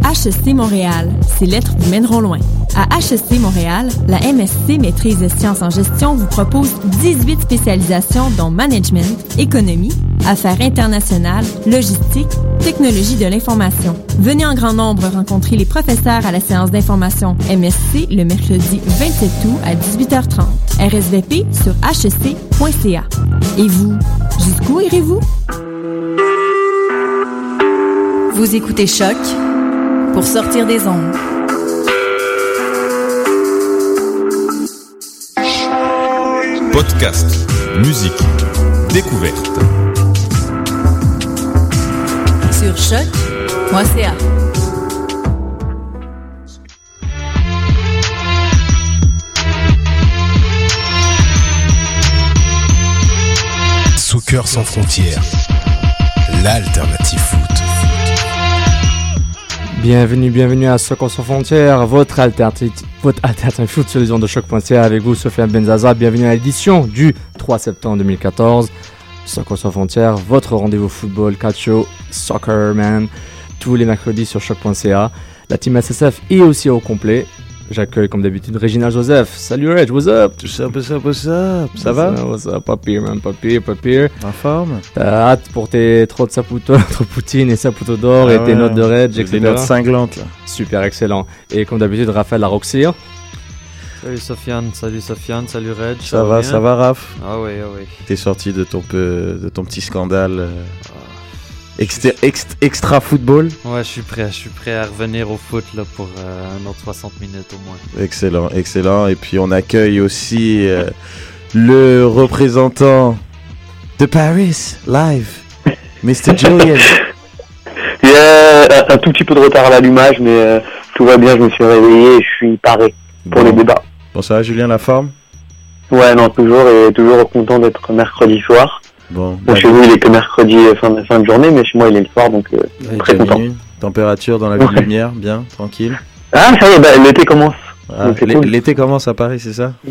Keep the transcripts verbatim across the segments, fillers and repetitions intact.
H E C Montréal, ces lettres vous mèneront loin. À H E C Montréal, la M S C Maîtrise des sciences en gestion vous propose dix-huit spécialisations dont management, économie, affaires internationales, logistique, technologie de l'information. Venez en grand nombre rencontrer les professeurs à la séance d'information M S C le mercredi vingt-sept août à dix-huit heures trente. R S V P sur h e c point c a. Et vous, jusqu'où irez-vous? Vous écoutez Choc pour sortir des ondes. Podcast, musique, découverte. Sur choc point c a. Soccer sans frontières, l'alternative foot. Bienvenue, bienvenue à Soccer sans frontières, votre alternative, votre alternative foot sur les ondes de choc point c a avec vous, Sofiane Benzaza. Bienvenue à l'édition du trois septembre deux mille quatorze. Soccer sans frontières, votre rendez-vous football, calcio, soccer man, tous les mercredis sur choc point c a. La team S S F est aussi au complet. J'accueille comme d'habitude Réginald Joseph. Salut Reg, what's up? What's up, what's up, what's up? Ça va? What's up, pas pire man, pas pire, pas pire. En forme? T'as hâte pour tes trop de saputo, trop poutine et saputo d'or ah et ouais, tes notes de Reg, et cetera. Des notes cinglantes là. Super, excellent. Et comme d'habitude, Raphaël Laroxir. Salut Sofiane, salut Sofiane, salut Reg. Ça, ça va, ça va Raph? Ah oui, ah oui. T'es sorti de ton, peu, de ton petit scandale euh, extra, extra, extra football? Ouais, je suis prêt, je suis prêt à revenir au foot là pour euh, un autre soixante minutes au moins. Excellent, excellent. Et puis on accueille aussi euh, le représentant de Paris live, mister Julian. Yeah, un tout petit peu de retard à l'allumage, mais euh, tout va bien, je me suis réveillé et je suis paré pour bon. les débats. Bon, ça va Julien, la forme? Ouais, non, toujours, et toujours content d'être mercredi soir. Bon, bon chez vous, il est que mercredi fin de, fin de journée, mais chez moi, il est le soir, donc euh, ouais, très content. Minutes. Température dans la ville lumière, bien, tranquille. Ah, ça y est, bah, l'été commence. Ah, l- cool. L'été commence à Paris, c'est ça?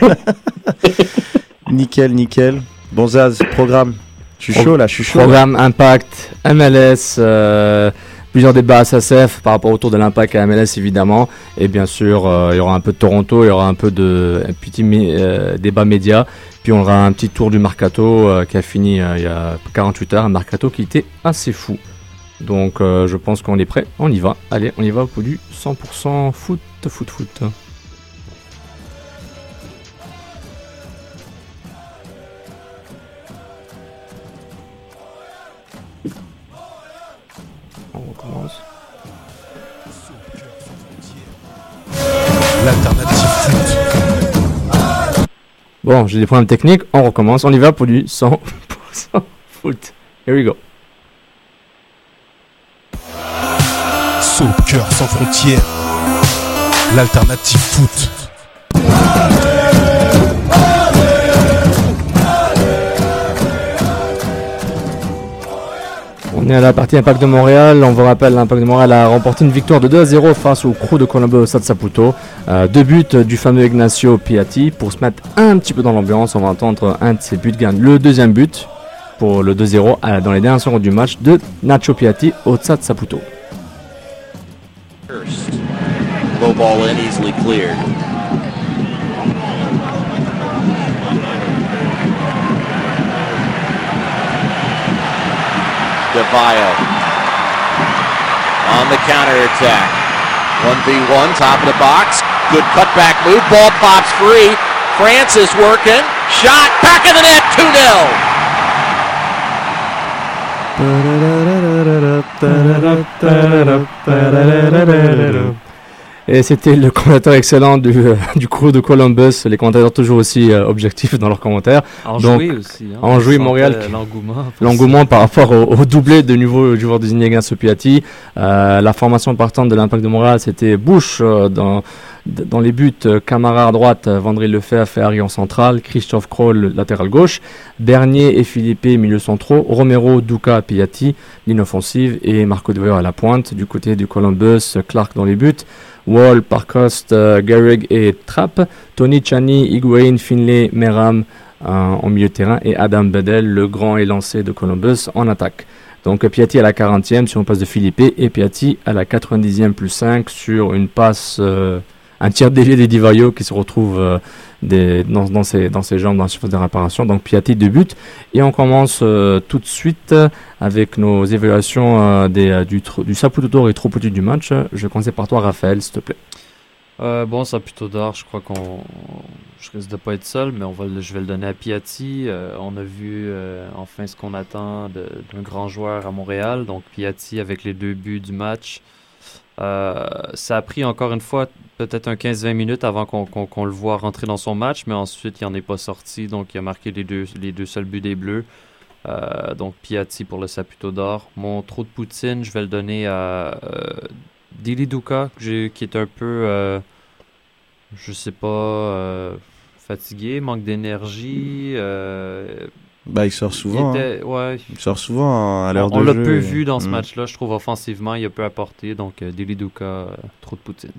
Nickel, nickel. Bon Zaz, programme. Je suis chaud là, je suis chaud. Programme, Impact, M L S, euh, plusieurs débats à S S F par rapport autour de l'Impact à M L S évidemment. Et bien sûr, euh, il y aura un peu de Toronto, il y aura un peu de un petit euh, débat média. Puis on aura un petit tour du Mercato euh, qui a fini euh, il y a quarante-huit heures. Un Mercato qui était assez fou. Donc euh, je pense qu'on est prêt, on y va. Allez, on y va au bout du cent pour cent foot, foot, foot. On recommence. L'alternative foot. Bon, j'ai des problèmes techniques, on recommence, on y va pour du cent pour cent foot. Here we go. Soccer sans frontières, l'alternative foot. On est à la partie Impact de Montréal. On vous rappelle, l'Impact de Montréal a remporté une victoire de deux à zéro face au Crew de Columbus au Stade Saputo. Euh, deux buts du fameux Ignacio Piatti. Pour se mettre un petit peu dans l'ambiance, on va entendre un de ses buts gagne. Le deuxième but pour le deux zéro euh, dans les dernières secondes du match de Nacho Piatti au Stade Saputo. Low ball in, easily cleared. DeVio on the counter-attack. one v one, top of the box. Good cutback move. Ball pops free. Francis working. Shot. Back of the net. two nil. Et c'était le commentateur excellent du, euh, du crew de Columbus. Les commentateurs toujours aussi euh, objectifs dans leurs commentaires. Enjoué aussi. Hein, Enjoué Montréal. L'engouement. L'engouement par rapport au, au doublé de nouveau du joueur désigné Ignacio Piatti. Euh, la formation partante de l'Impact de Montréal, c'était Bush euh, dans, dans les buts. Euh, Camara à droite, euh, Vandré Lefebvre et Harry en centrale. Christophe Kroll, latéral gauche. Bernier et Philippe, milieu centraux. Romero, Duca, Piatti, ligne offensive. Et Marco De Veo à la pointe. Du côté du Columbus, Clark dans les buts. Wall, Parkhurst, uh, Gehrig et Trapp, Tony Chani, Higuain, Finlay, Meram euh, en milieu de terrain et Adam Bedell, le grand élancé de Columbus, en attaque. Donc Piatti à la quarantième sur une passe de Philippe et Piatti à la quatre-vingt-dixième plus cinq sur une passe, euh, un tir dévié des Di Vaio qui se retrouve euh, des, dans, dans, ses, dans ses jambes dans la surface de réparation. Donc Piatti deux buts. Et on commence euh, tout de suite avec nos évaluations euh, des, euh, du, du Saputo d'or et Troputin du match. Je vais commencer par toi, Raphaël, s'il te plaît. Euh, bon, Saputo d'or, je crois qu'on, je risque de pas être seul, mais on va, le, je vais le donner à Piatti. Euh, on a vu euh, enfin ce qu'on attend de, d'un grand joueur à Montréal. Donc Piatti avec les deux buts du match. Euh, ça a pris encore une fois peut-être un quinze à vingt minutes avant qu'on, qu'on, qu'on le voit rentrer dans son match, mais ensuite il n'en est pas sorti, donc il a marqué les deux, les deux seuls buts des Bleus. Euh, donc Piatti pour le Saputo d'or. Mon trop de Poutine, je vais le donner à euh, Dili Duka, qui est un peu, euh, je sais pas, euh, fatigué, manque d'énergie. Euh, bah, il sort souvent. Il, était, hein. ouais. il sort souvent à l'heure on, de jeu. On l'a peu vu dans ce mmh. match-là, je trouve offensivement, il a peu apporté. Donc euh, Dili Duka, euh, trop de Poutine.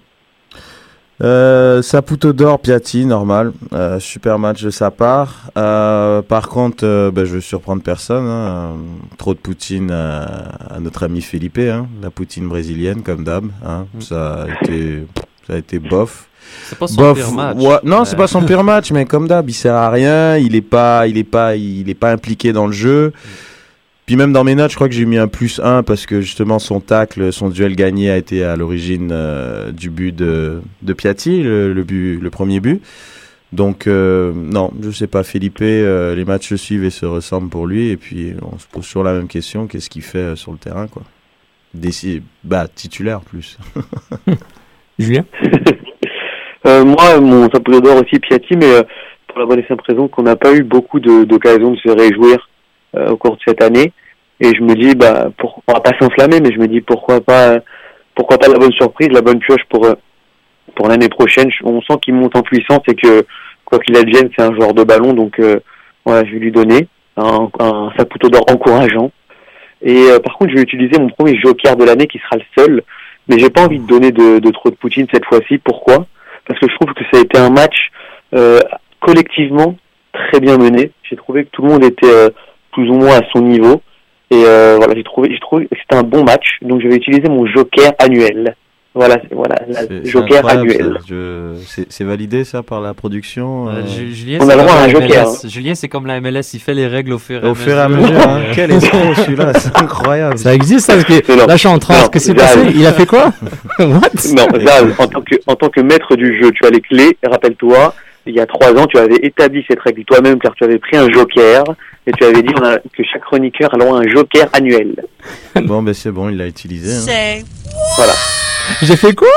Euh, Saputo d'or, Piatti, normal. Euh, super match de sa part. Euh, par contre, euh, bah, je vais surprendre personne. Hein. Trop de Poutine à, à notre ami Felipe, hein. La Poutine brésilienne, comme d'hab. Hein. Mm. Ça a été, ça a été bof. C'est pas son bof, pire match. Ouais, non, mais... c'est pas son pire match, mais comme d'hab, il sert à rien. Il est pas, il est pas, il est pas impliqué dans le jeu. Mm. Puis même dans mes notes, je crois que j'ai mis un plus un parce que justement son tacle, son duel gagné a été à l'origine euh, du but de, de Piatti, le, le, but, le premier but. Donc euh, non, je sais pas, Felipe, euh, les matchs se suivent et se ressemblent pour lui. Et puis on se pose toujours la même question, qu'est-ce qu'il fait euh, sur le terrain, quoi. Déci- bah, titulaire plus. Julien euh, Moi, mon Saputo d'or aussi Piatti, mais euh, pour la bonne et simple raison qu'on n'a pas eu beaucoup de, d'occasions de se réjouir Euh, au cours de cette année, et je me dis bah pour, on va pas s'enflammer, mais je me dis pourquoi pas pourquoi pas la bonne surprise, la bonne pioche pour pour l'année prochaine. On sent qu'il monte en puissance et que quoi qu'il advienne, c'est un joueur de ballon, donc euh, voilà, je vais lui donner un, un Saputo d'or encourageant. Et euh, par contre, je vais utiliser mon premier joker de l'année qui sera le seul, mais j'ai pas envie de donner de, de trop de Poutine cette fois-ci. Pourquoi ? Parce que je trouve que ça a été un match euh, collectivement très bien mené. J'ai trouvé que tout le monde était euh, plus ou moins à son niveau, et euh, voilà, j'ai trouvé, j'ai trouvé que c'était un bon match, donc je vais utiliser mon joker annuel. Voilà, c'est, voilà, la c'est, joker c'est annuel. Je, c'est, c'est validé ça par la production. Euh, euh... Julien, on a le droit à un joker. Hein. Julien, c'est comme la M L S, il fait les règles au fur et à au mesure. Au fur et à mesure, hein. Quel escroc celui-là, c'est incroyable. Ça existe, ça, parce que là, je suis en train. Qu'est-ce qui s'est passé ? Il a fait quoi ? What ? Non, Zal, en tant que, en tant que maître du jeu, tu as les clés, rappelle-toi. Il y a trois ans, tu avais établi cette règle toi-même car tu avais pris un joker et tu avais dit on a, que chaque chroniqueur a un joker annuel. Bon, ben c'est bon, il l'a utilisé. Hein. C'est... Voilà. J'ai fait quoi?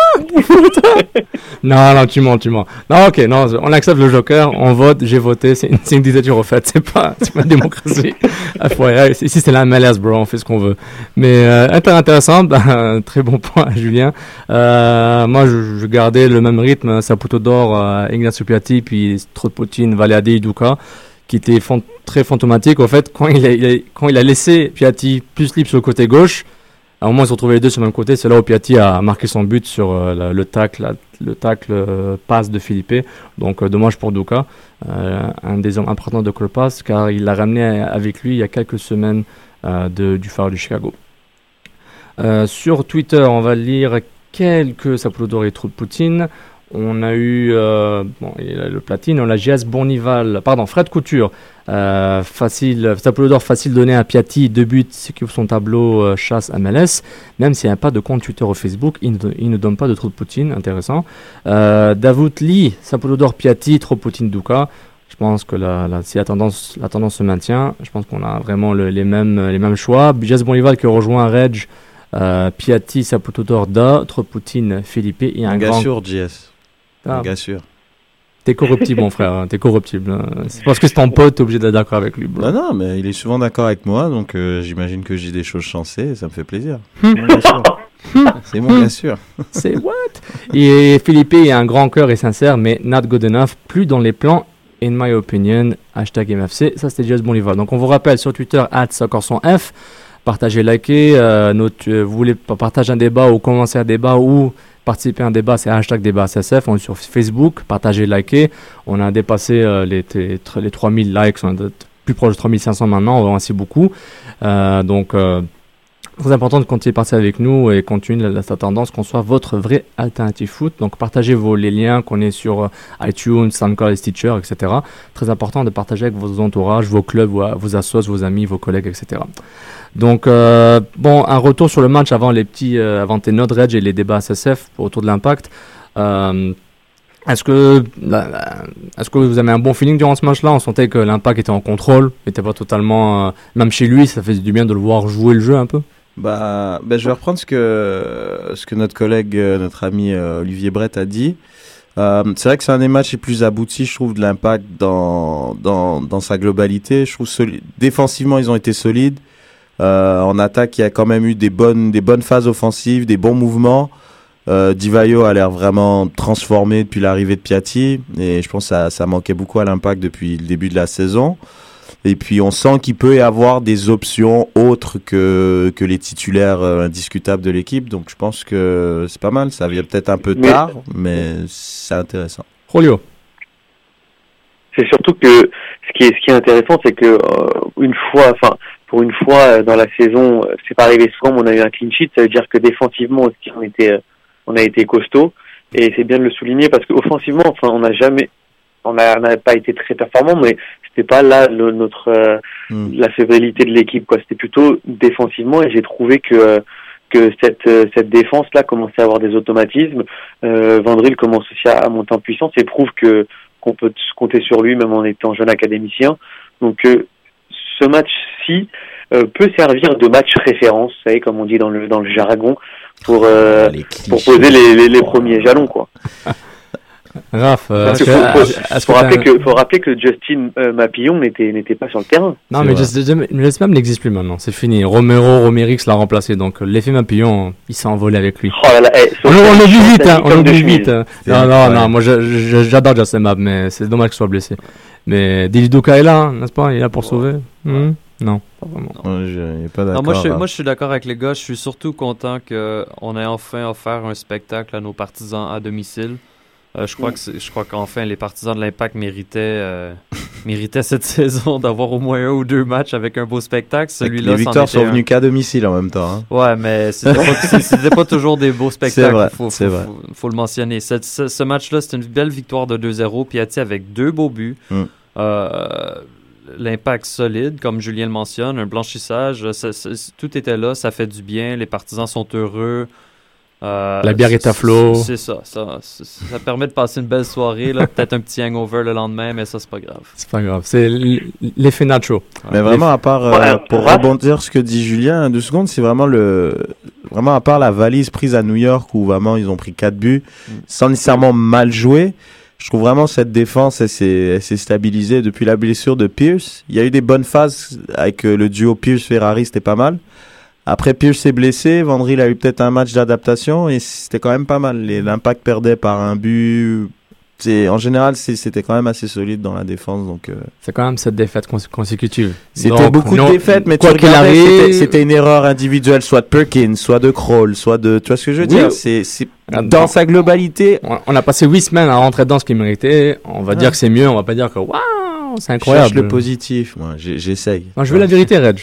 Non, non, tu mens, tu mens. Non, ok, non, on accepte le joker, on vote, j'ai voté, c'est une, c'est une dictature au fait, c'est pas, c'est pas une démocratie. Ouais, ici, c'est la M L S, bro, on fait ce qu'on veut. Mais euh, intéressant, ben, très bon point, Julien. Euh, moi, je, je gardais le même rythme, Saputo d'or, euh, Ignacio Piatti, puis Troputin, Valade, Duka, qui était font, très fantomatique. Au fait, quand il, a, il a, quand il a laissé Piatti plus libre sur le côté gauche, à un moment, ils se retrouvaient les deux sur le même côté. C'est là où Piatti a marqué son but sur euh, la, le tacle, la, le tacle euh, passe de Felipe. Donc, euh, dommage pour Duka, euh, un des hommes importants de Klopas, car il l'a ramené avec lui il y a quelques semaines euh, de, du Fire de Chicago. Euh, sur Twitter, on va lire quelques Saputo d'or et Troputin. On a eu euh, bon, le platine, on a J S Bournival, pardon, Fred Couture, euh, facile, Saputo d'or facile donné à Piatti, deux buts, ce qui ouvre son tableau euh, chasse M L S, même s'il n'y a pas de compte Twitter ou Facebook, il ne, il ne donne pas de Troputin, intéressant. Euh, Davout Lee, Saputo d'or Piatti, Troputin Duka. Je pense que la, la, si la tendance, la tendance se maintient, je pense qu'on a vraiment le, les, mêmes, les mêmes choix. J S Bournival qui rejoint Reg, euh, Piatti, Saputo d'or Da, Troputin, Felipe et un, un grand... gars sûr, J S. Ah, bien sûr. T'es corruptible, mon frère. Hein, t'es corruptible. Hein. C'est parce que c'est ton pote, t'es obligé d'être d'accord avec lui. Bro. Non, non, mais il est souvent d'accord avec moi, donc euh, j'imagine que j'ai des choses chancées et ça me fait plaisir. C'est mon gars sûr. C'est mon gars sûr. C'est what? Et Felipe est un grand cœur et sincère, mais not good enough. Plus dans les plans, in my opinion. Hashtag M F C. Ça, c'était Just Bonival. Donc, on vous rappelle sur Twitter, at Socorson-F. Partagez, likez. Euh, notre, euh, vous voulez partager un débat ou commencer un débat ou participer à un débat, c'est hashtag débat S S F. On est sur Facebook, partagez, likez. On a dépassé euh, les, les, les trois mille likes, on est plus proche de trois mille cinq cents maintenant, on remercie beaucoup. Euh, donc, euh, très important de continuer de partir avec nous et continuer la, la tendance qu'on soit votre vrai alternative foot. Donc partagez vos, les liens qu'on est sur iTunes, SoundCloud, Stitcher, et cetera. Très important de partager avec vos entourages, vos clubs, vos, vos assos, vos amis, vos collègues, et cetera. Donc euh, bon, un retour sur le match avant les petits, euh, avant tes notes Reg et les débats S S F autour de l'Impact. Euh, Est-ce que, est-ce que vous avez un bon feeling durant ce match-là? On sentait que l'Impact était en contrôle, n'était pas totalement, euh, même chez lui, ça faisait du bien de le voir jouer le jeu un peu. Bah, bah je vais reprendre ce que ce que notre collègue, notre ami euh, Olivier Brett a dit. Euh, c'est vrai que c'est un des matchs les plus aboutis, je trouve, de l'Impact dans dans dans sa globalité. Je trouve soli- défensivement ils ont été solides. Euh, en attaque, il y a quand même eu des bonnes des bonnes phases offensives, des bons mouvements. Euh, Di Vaio a l'air vraiment transformé depuis l'arrivée de Piatti et je pense que ça, ça manquait beaucoup à l'Impact depuis le début de la saison. Et puis on sent qu'il peut y avoir des options autres que, que les titulaires euh, indiscutables de l'équipe. Donc je pense que c'est pas mal. Ça vient peut-être un peu tard, mais c'est intéressant. Rolio. C'est surtout que ce qui est, ce qui est intéressant, c'est que euh, une fois, enfin pour une fois dans la saison, c'est pas arrivé souvent, mais on a eu un clean sheet. Ça veut dire que défensivement aussi on était on a été costaud et c'est bien de le souligner parce qu'offensivement, enfin on n'a jamais on n'a pas été très performant, mais c'était pas là le, notre euh, mm. la fébrilité de l'équipe, quoi. C'était plutôt défensivement et j'ai trouvé que euh, que cette euh, cette défense là commençait à avoir des automatismes. Euh, Vandril commence aussi à, à monter en puissance et prouve que qu'on peut compter sur lui même en étant jeune académicien. Donc euh, ce match-ci euh, peut servir de match référence, vous savez, comme on dit dans le dans le jargon, pour euh, pour poser les, les les premiers jalons, quoi. Raph, euh, faut, faut, faut, rappeler que, faut rappeler que Justin euh, Mapillon n'était, n'était pas sur le terrain. Non, mais Justin même n'existe plus maintenant, c'est fini. Romero, Romerix l'a remplacé, donc l'effet Mapillon, il s'est envolé avec lui. Oh là là, hey, on, on oublie vite, hein, on oublie vite. Hein. Non, non, ouais. non, moi je, je, j'adore Justin Map, mais c'est dommage qu'il soit blessé. Mais Diliduka est là, hein, n'est-ce pas? Il est là pour sauver. Ouais. Mmh. Non, pas vraiment. Non. Je, pas d'accord, non, moi, je, moi, je suis d'accord avec les gars. Je suis surtout content qu'on ait enfin offert un spectacle à nos partisans à domicile. Euh, je crois que c'est, je crois qu'enfin les partisans de l'Impact méritaient euh, méritaient cette saison d'avoir au moins un ou deux matchs avec un beau spectacle. Celui-là, les victoires sont venues qu'à domicile en même temps. Hein. Ouais, mais c'était pas, c'était pas toujours des beaux spectacles. C'est vrai, faut, c'est faut, vrai. Faut, faut le mentionner. Ce, ce, ce match-là, c'est une belle victoire de deux zéro. Piatti avec deux beaux buts. Mm. Euh, L'Impact solide, comme Julien le mentionne, un blanchissage. Ça, ça, tout était là, ça fait du bien. Les partisans sont heureux. Euh, la bière est à flot. C'est, c'est ça, ça, ça. Ça permet de passer une belle soirée, là, peut-être un petit hangover le lendemain, mais ça, c'est pas grave. C'est pas grave. C'est l'effet nacho. Mais ouais, vraiment, à part, euh, pour rebondir ce que dit Julien, deux secondes, c'est vraiment le, vraiment à part la valise prise à New York où vraiment ils ont pris quatre buts, mm. sans nécessairement mal jouer. Je trouve vraiment cette défense, elle s'est, elle s'est stabilisée depuis la blessure de Pierce. Il y a eu des bonnes phases avec le duo Pierce-Ferrari, c'était pas mal. Après, Pierce s'est blessé, Vandril a eu peut-être un match d'adaptation et c'était quand même pas mal. Les, l'Impact perdait par un but. C'est, en général, c'est, c'était quand même assez solide dans la défense. Donc, euh... c'est quand même cette défaite cons- consécutive. C'était donc, beaucoup non, de défaites, mais tu regardais, arrive... c'était, c'était une erreur individuelle, soit de Perkins, soit de Kroll, soit de... Tu vois ce que je veux oui. dire? C'est, c'est... Dans bon, sa globalité... On, on a passé huit semaines à rentrer dans ce qu'il méritait. On va ah. dire que c'est mieux, on va pas dire que waouh, c'est incroyable. Je cherche le positif, moi, j'ai, j'essaye. Non, je veux la vérité, Reg.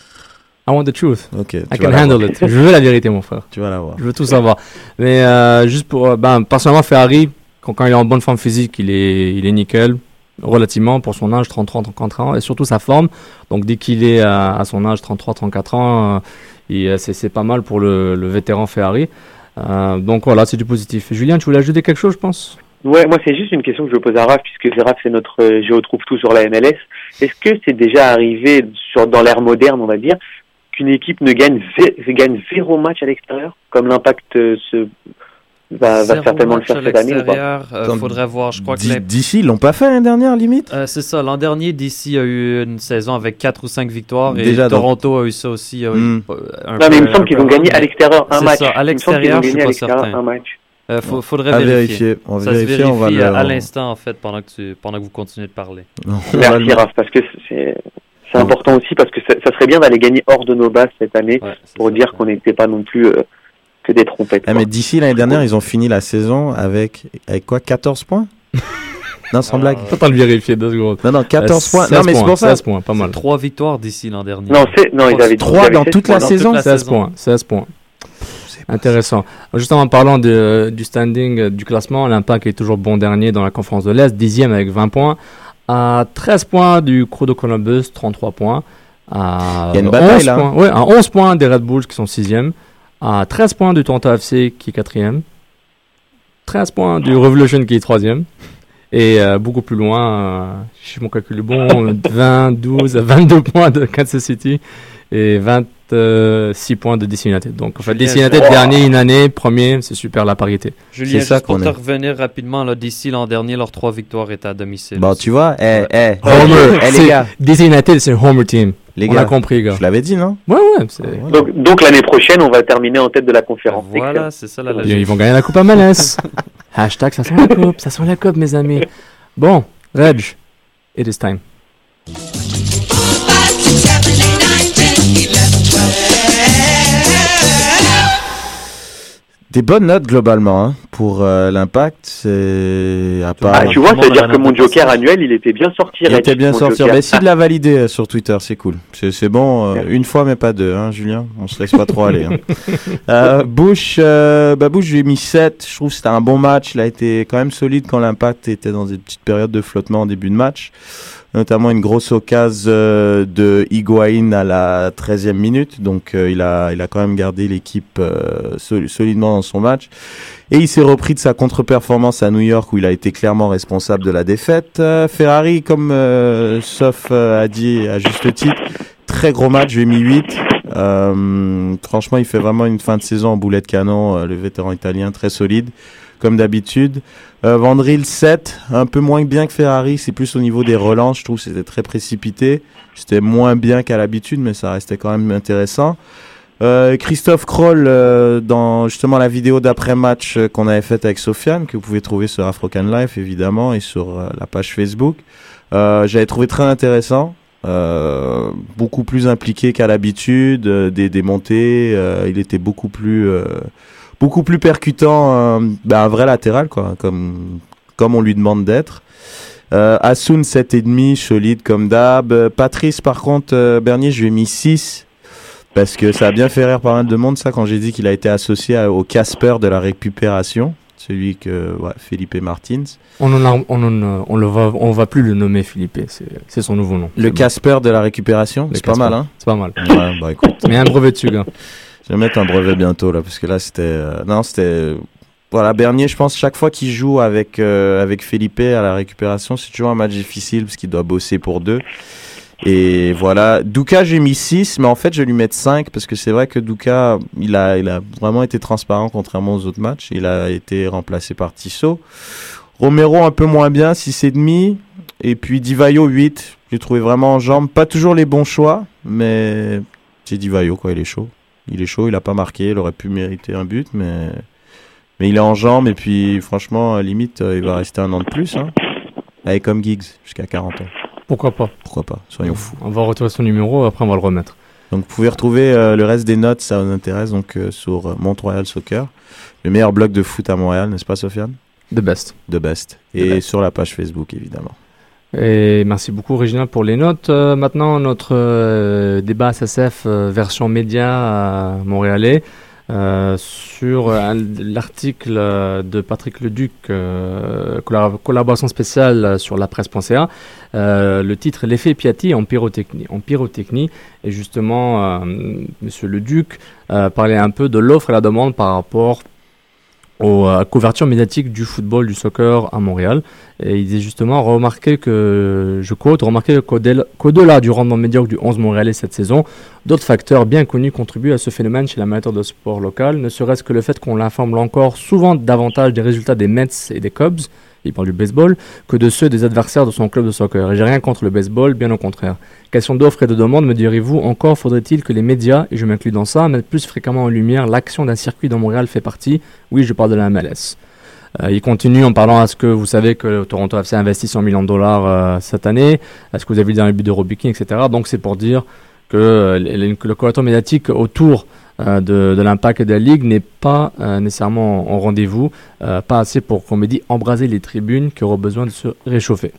I want the truth. Okay, I can handle it. Je veux la vérité, mon frère. Tu vas la voir. Je veux tout savoir. Mais euh, juste pour, ben, personnellement, Ferrari, quand, quand il est en bonne forme physique, il est, il est nickel, relativement pour son âge, trente-trois trente-quatre ans, et surtout sa forme. Donc dès qu'il est à, à son âge, trente-trois trente-quatre ans, euh, il, c'est, c'est pas mal pour le, le vétéran Ferrari. Euh, donc voilà, c'est du positif. Julien, tu voulais ajouter quelque chose, je pense? Ouais, moi c'est juste une question que je veux poser à Raph, puisque Raph c'est notre euh, Géo trouve tout sur la M L S. Est-ce que c'est déjà arrivé sur, dans l'ère moderne, on va dire, qu'une équipe ne gagne, vé- gagne zéro match à l'extérieur, comme l'Impact euh, se, va, va certainement le faire cette année ou pas? euh, Faudrait voir, je crois D- que... D C, ils l'ont pas fait l'année dernière, limite euh, C'est ça, l'an dernier, D C a eu une saison avec quatre ou cinq victoires, déjà, et Toronto donc... a eu ça aussi. A eu mm. un non, peu, mais il me semble qu'ils ont gagné à l'extérieur un c'est match. Ça, à l'extérieur, je suis pas certain. Un match. Euh, faut, faudrait à vérifier. vérifier. On va ça vérifier, se vérifie on va le... à l'instant, en fait, pendant que, tu, pendant que vous continuez de parler. Non, merci, Raph, parce que c'est, c'est non. important aussi, parce que ça, ça serait bien d'aller gagner hors de nos bases cette année, ouais, pour dire qu'on n'était pas non plus euh, que des trompettes. Ah, mais d'ici l'année dernière, ils ont fini la saison avec, avec quoi, quatorze points? Non, sans blague. Attends de vérifier deux secondes. Non, non, quatorze Euh, points. seize Non, mais c'est points, pour ça. seize points, pas mal. Trois victoires d'ici l'an dernier. Non, c'est, non, ils avaient trois ils avaient dans seize toute points la dans saison. toute la seize points, seize points. Intéressant. Justement, en parlant de, du standing euh, du classement, l'Impact est toujours bon dernier dans la conférence de l'Est, dixième avec vingt points, à treize points du Crew de Columbus, trente-trois points, à Il y a une bataille, onze là. points, ouais, à onze points des Red Bulls qui sont sixième, à treize points du Toronto F C qui est quatrième, treize points du Revolution qui est troisième, et euh, beaucoup plus loin, euh, si mon calcul est bon, vingt, douze, vingt-deux points de Kansas City et vingt-six points de D C United. Donc, en fait, D C United, Wow. dernier, une année, premier, c'est super la parité. Julien, C'est ça juste pour qu'on te est. revenir rapidement, là, d'ici l'an dernier, leurs trois victoires étaient à domicile. Bon, aussi. tu vois, eh, eh, Homer, eh, les c'est- gars, D C United, c'est un Homer team. les On gars, a compris, gars. je l'avais dit, non? Ouais, ouais, c'est... Donc, donc l'année prochaine, on va terminer en tête de la conférence. Voilà, c'est ça la Ils, logique. ils vont gagner la coupe à M L S. Hashtag, ça sent la coupe, ça sent la coupe, mes amis. Bon, Reg, it is time. Des bonnes notes globalement hein, pour euh, l'Impact. C'est à part. Ah, tu vois, Tout le monde c'est-à-dire a que mon un joker passage. annuel, il était bien sorti. Il Reg, était bien mon sorti. joker. Mais s'il l'a validé euh, sur Twitter, c'est cool. C'est, c'est bon, euh, une fois mais pas deux, hein, Julien. On se laisse pas trop aller. Hein. Euh, Bush, euh, bah Bush, j'ai mis sept. Je trouve que c'était un bon match. Il a été quand même solide quand l'Impact était dans des petites périodes de flottement en début de match. Notamment une grosse occasion euh, de Higuaín à la treizième minute. Donc euh, il a il a quand même gardé l'équipe euh, sol- solidement dans son match. Et il s'est repris de sa contre-performance à New York où il a été clairement responsable de la défaite. Euh, Ferrari, comme euh, Sof euh, a dit à juste titre, très gros match, j'ai mis huit. Euh, franchement, il fait vraiment une fin de saison en boulet de canon, euh, le vétéran italien, très solide, comme d'habitude. Euh, Vandril, sept, un peu moins bien que Ferrari, c'est plus au niveau des relances, je trouve que c'était très précipité. C'était moins bien qu'à l'habitude, mais ça restait quand même intéressant. Euh, Christophe Kroll, euh, dans justement la vidéo d'après-match euh, qu'on avait faite avec Sofiane, que vous pouvez trouver sur Afrocan Life évidemment, et sur euh, la page Facebook, euh, j'avais trouvé très intéressant. Euh, beaucoup plus impliqué qu'à l'habitude, euh, des, des montées, euh, il était beaucoup plus euh, beaucoup plus percutant, euh, ben un vrai latéral quoi, comme comme on lui demande d'être. Euh, Hassoun sept virgule cinq, solide comme d'hab. Euh, Patrice par contre, euh, Bernier, je lui ai mis six parce que ça a bien fait rire pas mal de monde ça quand j'ai dit qu'il a été associé à- au Casper de la récupération, celui que ouais, Felipe Martins. On en a, on en a- on le va, on va plus le nommer Philippe, c'est, c'est son nouveau nom. Le C'est bon. Casper de la récupération, Le c'est pas Casper. mal hein. C'est pas mal. Ouais, bah écoute. Mais un brevet dessus, gars. Je vais mettre un brevet bientôt là parce que là c'était euh, non c'était euh, voilà Bernier je pense chaque fois qu'il joue avec euh, avec Felipe à la récupération c'est toujours un match difficile parce qu'il doit bosser pour deux et voilà Douka j'ai mis six mais en fait je vais lui mettre cinq parce que c'est vrai que Douka il a il a vraiment été transparent contrairement aux autres matchs, il a été remplacé par Tissot. Romero un peu moins bien, six virgule cinq et puis Divayo huit, j'ai trouvé vraiment en jambes, pas toujours les bons choix mais c'est Divayo quoi, il est chaud. Il est chaud, il a pas marqué, il aurait pu mériter un but, mais mais il est en jambes et puis franchement, à la limite, euh, il va rester un an de plus. Hein. Allez, comme Giggs, jusqu'à quarante ans. Pourquoi pas? Pourquoi pas, soyons fous. On va retrouver son numéro, après on va le remettre. Donc vous pouvez retrouver euh, le reste des notes, ça vous intéresse, donc euh, sur euh, Mont-Royal Soccer, le meilleur blog de foot à Montréal, n'est-ce pas Sofiane? The best. The best. The Et best. sur la page Facebook, évidemment. Et merci beaucoup Régina pour les notes. Euh, maintenant notre euh, débat S S F euh, version média euh, montréalais euh, sur euh, l'article euh, de Patrick Leduc, euh, collab- collaboration spéciale euh, sur la presse point c a. Euh, le titre L'effet Piatti en pyrotechnie. En pyrotechnie et justement euh, Monsieur Leduc euh, parlait un peu de l'offre et la demande par rapport aux euh, couvertures médiatiques du football, du soccer à Montréal. Et il disait justement, remarquez que, je quote, remarquez qu'au-delà, qu'au-delà du rendement médiocre du onze montréalais cette saison, d'autres facteurs bien connus contribuent à ce phénomène chez l'amateur de sport local, ne serait-ce que le fait qu'on l'informe encore souvent davantage des résultats des Mets et des Cubs, il parle du baseball, que de ceux des adversaires de son club de soccer. Et j'ai rien contre le baseball, bien au contraire. Question d'offre et de demande, me direz-vous, encore faudrait-il que les médias, et je m'inclus dans ça, mettent plus fréquemment en lumière l'action d'un circuit dont Montréal fait partie. Oui, je parle de la M L S. Euh, il continue en parlant à ce que vous savez que le Toronto F C a investi cent millions de dollars euh, cette année, à ce que vous avez vu dans les buts d'Eurobuking, et cetera. Donc c'est pour dire que euh, le, le couverture médiatique autour euh, de, de l'Impact et de la Ligue n'est pas euh, nécessairement en rendez-vous, euh, pas assez pour, comme on dit, embraser les tribunes qui auront besoin de se réchauffer.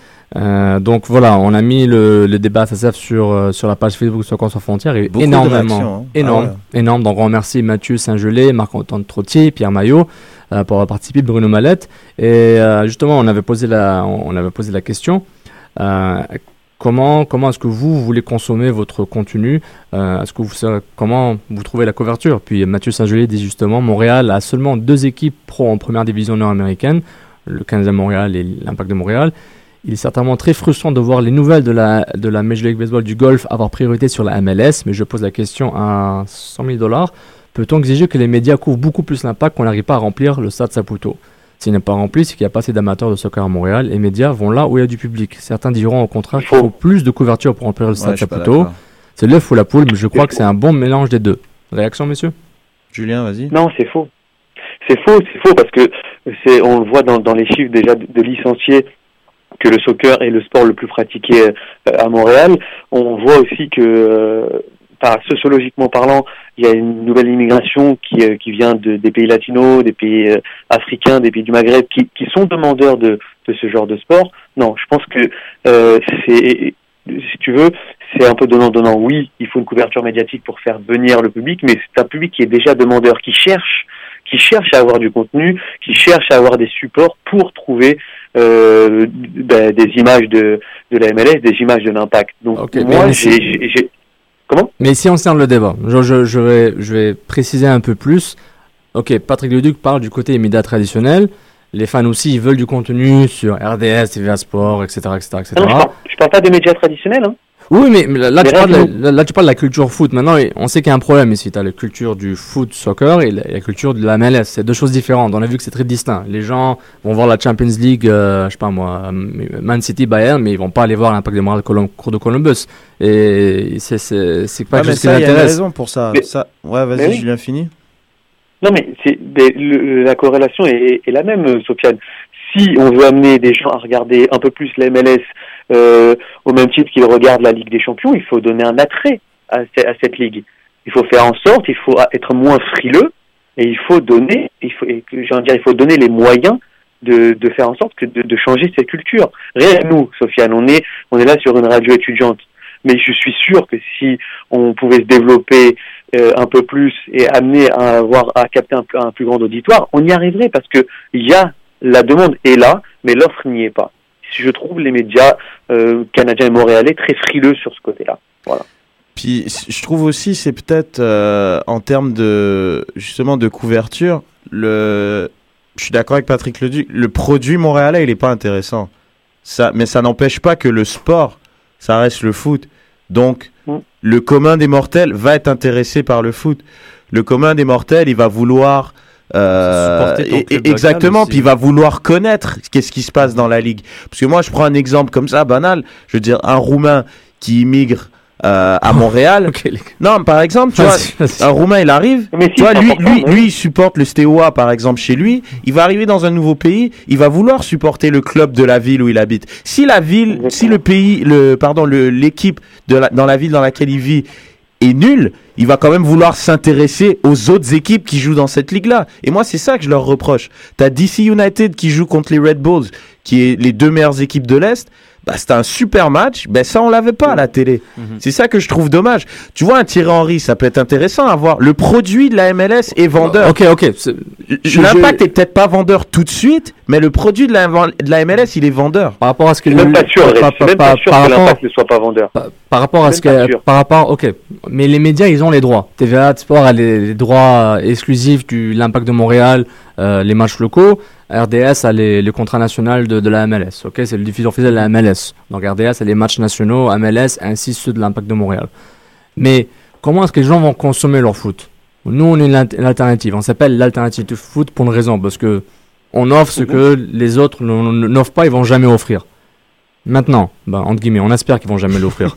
Euh, donc voilà, on a mis le, le débat S S F sur, euh, sur la page Facebook Soccer Sans Frontières et Beaucoup énormément, hein. énorme, ah ouais. énorme. Donc on remercie Mathieu Saint-Gelais, Marc-Antoine Trottier, Pierre Maillot euh, pour avoir participé, Bruno Mallette. Et euh, justement, on avait posé la, on avait posé la question euh, comment, comment est-ce que vous, vous voulez consommer votre contenu euh, est-ce que vous, comment vous trouvez la couverture? Puis Mathieu Saint-Gelais dit justement, Montréal a seulement deux équipes pro en première division nord-américaine, le Canadien de Montréal et l'Impact de Montréal. Il est certainement très frustrant de voir les nouvelles de la, de la Major League Baseball du golf avoir priorité sur la M L S, mais je pose la question à cent mille dollars. Peut-on exiger que les médias couvrent beaucoup plus l'Impact qu'on n'arrive pas à remplir le Stade Saputo? S'il n'est pas rempli, c'est qu'il n'y a pas assez d'amateurs de soccer à Montréal. Les médias vont là où il y a du public. Certains diront au contraire qu'il faut plus de couverture pour remplir le Stade ouais, Saputo. C'est l'œuf ou la poule, mais je crois que c'est un bon mélange des deux. Réaction, messieurs? Julien, vas-y. Non, c'est faux. C'est faux, c'est faux, parce que c'est, on le voit dans, dans les chiffres déjà de, de licenciés, que le soccer est le sport le plus pratiqué euh, à Montréal. On voit aussi que, euh, par, sociologiquement parlant, il y a une nouvelle immigration qui, euh, qui vient de, des pays latinos, des pays euh, africains, des pays du Maghreb, qui, qui sont demandeurs de, de ce genre de sport. Non, je pense que euh, c'est, si tu veux, c'est un peu donnant-donnant. Oui, il faut une couverture médiatique pour faire venir le public, mais c'est un public qui est déjà demandeur, qui cherche, qui cherche à avoir du contenu, qui cherche à avoir des supports pour trouver Euh, bah, des images de, de la M L S, des images de l'Impact. Donc okay, moi, j'ai, j'ai, j'ai... Comment ? Mais si on cerne le débat, je, je, je, vais, je vais préciser un peu plus. Ok, Patrick Leduc parle du côté médias traditionnel. Les fans aussi, ils veulent du contenu sur R D S, T V A Sport, et cetera, et cetera, et cetera. Non, je parle, je parle pas des médias traditionnels, hein. Oui, mais là, là, tu parles de la, là, tu parles de la culture foot. Maintenant, on sait qu'il y a un problème ici. Tu as la culture du foot, soccer, et la, la culture de la M L S. C'est deux choses différentes. On a vu que c'est très distinct. Les gens vont voir la Champions League, euh, je sais pas moi, Man City, Bayern, mais ils vont pas aller voir l'Impact de Montréal, Colom- Cour de Columbus. Et c'est, c'est, c'est pas ouais, quelque chose qui les intéresse. Il y a une raison pour ça. Mais, ça... Ouais, vas-y, oui. Julien, fini. Non, mais, c'est, mais le, la corrélation est, est la même, Sofiane. Si on veut amener des gens à regarder un peu plus la M L S, euh, au même titre qu'ils regardent la Ligue des Champions, il faut donner un attrait à, à cette ligue. Il faut faire en sorte, il faut être moins frileux, et il faut donner, il faut, et, j'ai envie de dire, il faut donner les moyens de, de faire en sorte que de, de changer cette culture. Rien à nous, Sofiane, on est, on est là sur une radio étudiante, mais je suis sûr que si on pouvait se développer euh, un peu plus et amener à avoir, à capter un, un plus grand auditoire, on y arriverait parce que il y a la demande est là, mais l'offre n'y est pas. Je trouve les médias euh, canadiens et montréalais très frileux sur ce côté-là. Voilà. Puis je trouve aussi c'est peut-être euh, en termes de justement de couverture, le je suis d'accord avec Patrick Leduc, le produit montréalais il est pas intéressant. Ça, mais ça n'empêche pas que le sport, ça reste le foot. Donc mmh. le commun des mortels va être intéressé par le foot. Le commun des mortels, il va vouloir Euh, et, et exactement, puis il va vouloir connaître qu'est-ce qui se passe dans la ligue. Parce que moi, je prends un exemple comme ça, banal. Je veux dire, un Roumain qui immigre euh, à Montréal. Okay. Non, par exemple, tu vois, un Roumain, il arrive. Mais si, tu vois, lui, lui, lui, il supporte le Steaua, par exemple, chez lui. Il va arriver dans un nouveau pays. Il va vouloir supporter le club de la ville où il habite. Si la ville, exactement. si le pays, le, pardon, le, l'équipe de la, dans la ville dans laquelle il vit est nul, il va quand même vouloir s'intéresser aux autres équipes qui jouent dans cette ligue-là. Et moi, c'est ça que je leur reproche. T'as D C United qui joue contre les Red Bulls, qui est les deux meilleures équipes de l'Est. Bah, c'était un super match. Ben, ça, on l'avait pas à la télé. Mm-hmm. C'est ça que je trouve dommage. Tu vois, un Thierry Henry, ça peut être intéressant à voir. Le produit de la M L S est vendeur. Ok, ok. C'est... L'impact je... est peut-être pas vendeur tout de suite, mais le produit de la, de la M L S, il est vendeur. Par rapport à ce que... Je suis même pas sûr, par, par, même pas sûr par que rapport... l'impact ne soit pas vendeur. Par, par rapport à ce que... Par rapport... Ok. Mais les médias, ils ont les droits. T V A Sport a les, les droits exclusifs de l'Impact de Montréal, euh, les matchs locaux. R D S a les, les contrats nationaux de, de la M L S, ok, c'est le diffuseur officiel de la M L S. Donc R D S a les matchs nationaux, M L S, ainsi ceux de l'Impact de Montréal. Mais comment est-ce que les gens vont consommer leur foot? Nous, on est une, une alternative. On s'appelle l'alternative du foot pour une raison, parce que on offre ce que les autres n'offrent pas, ils vont jamais offrir. Maintenant, bah, entre guillemets, on espère qu'ils vont jamais l'offrir.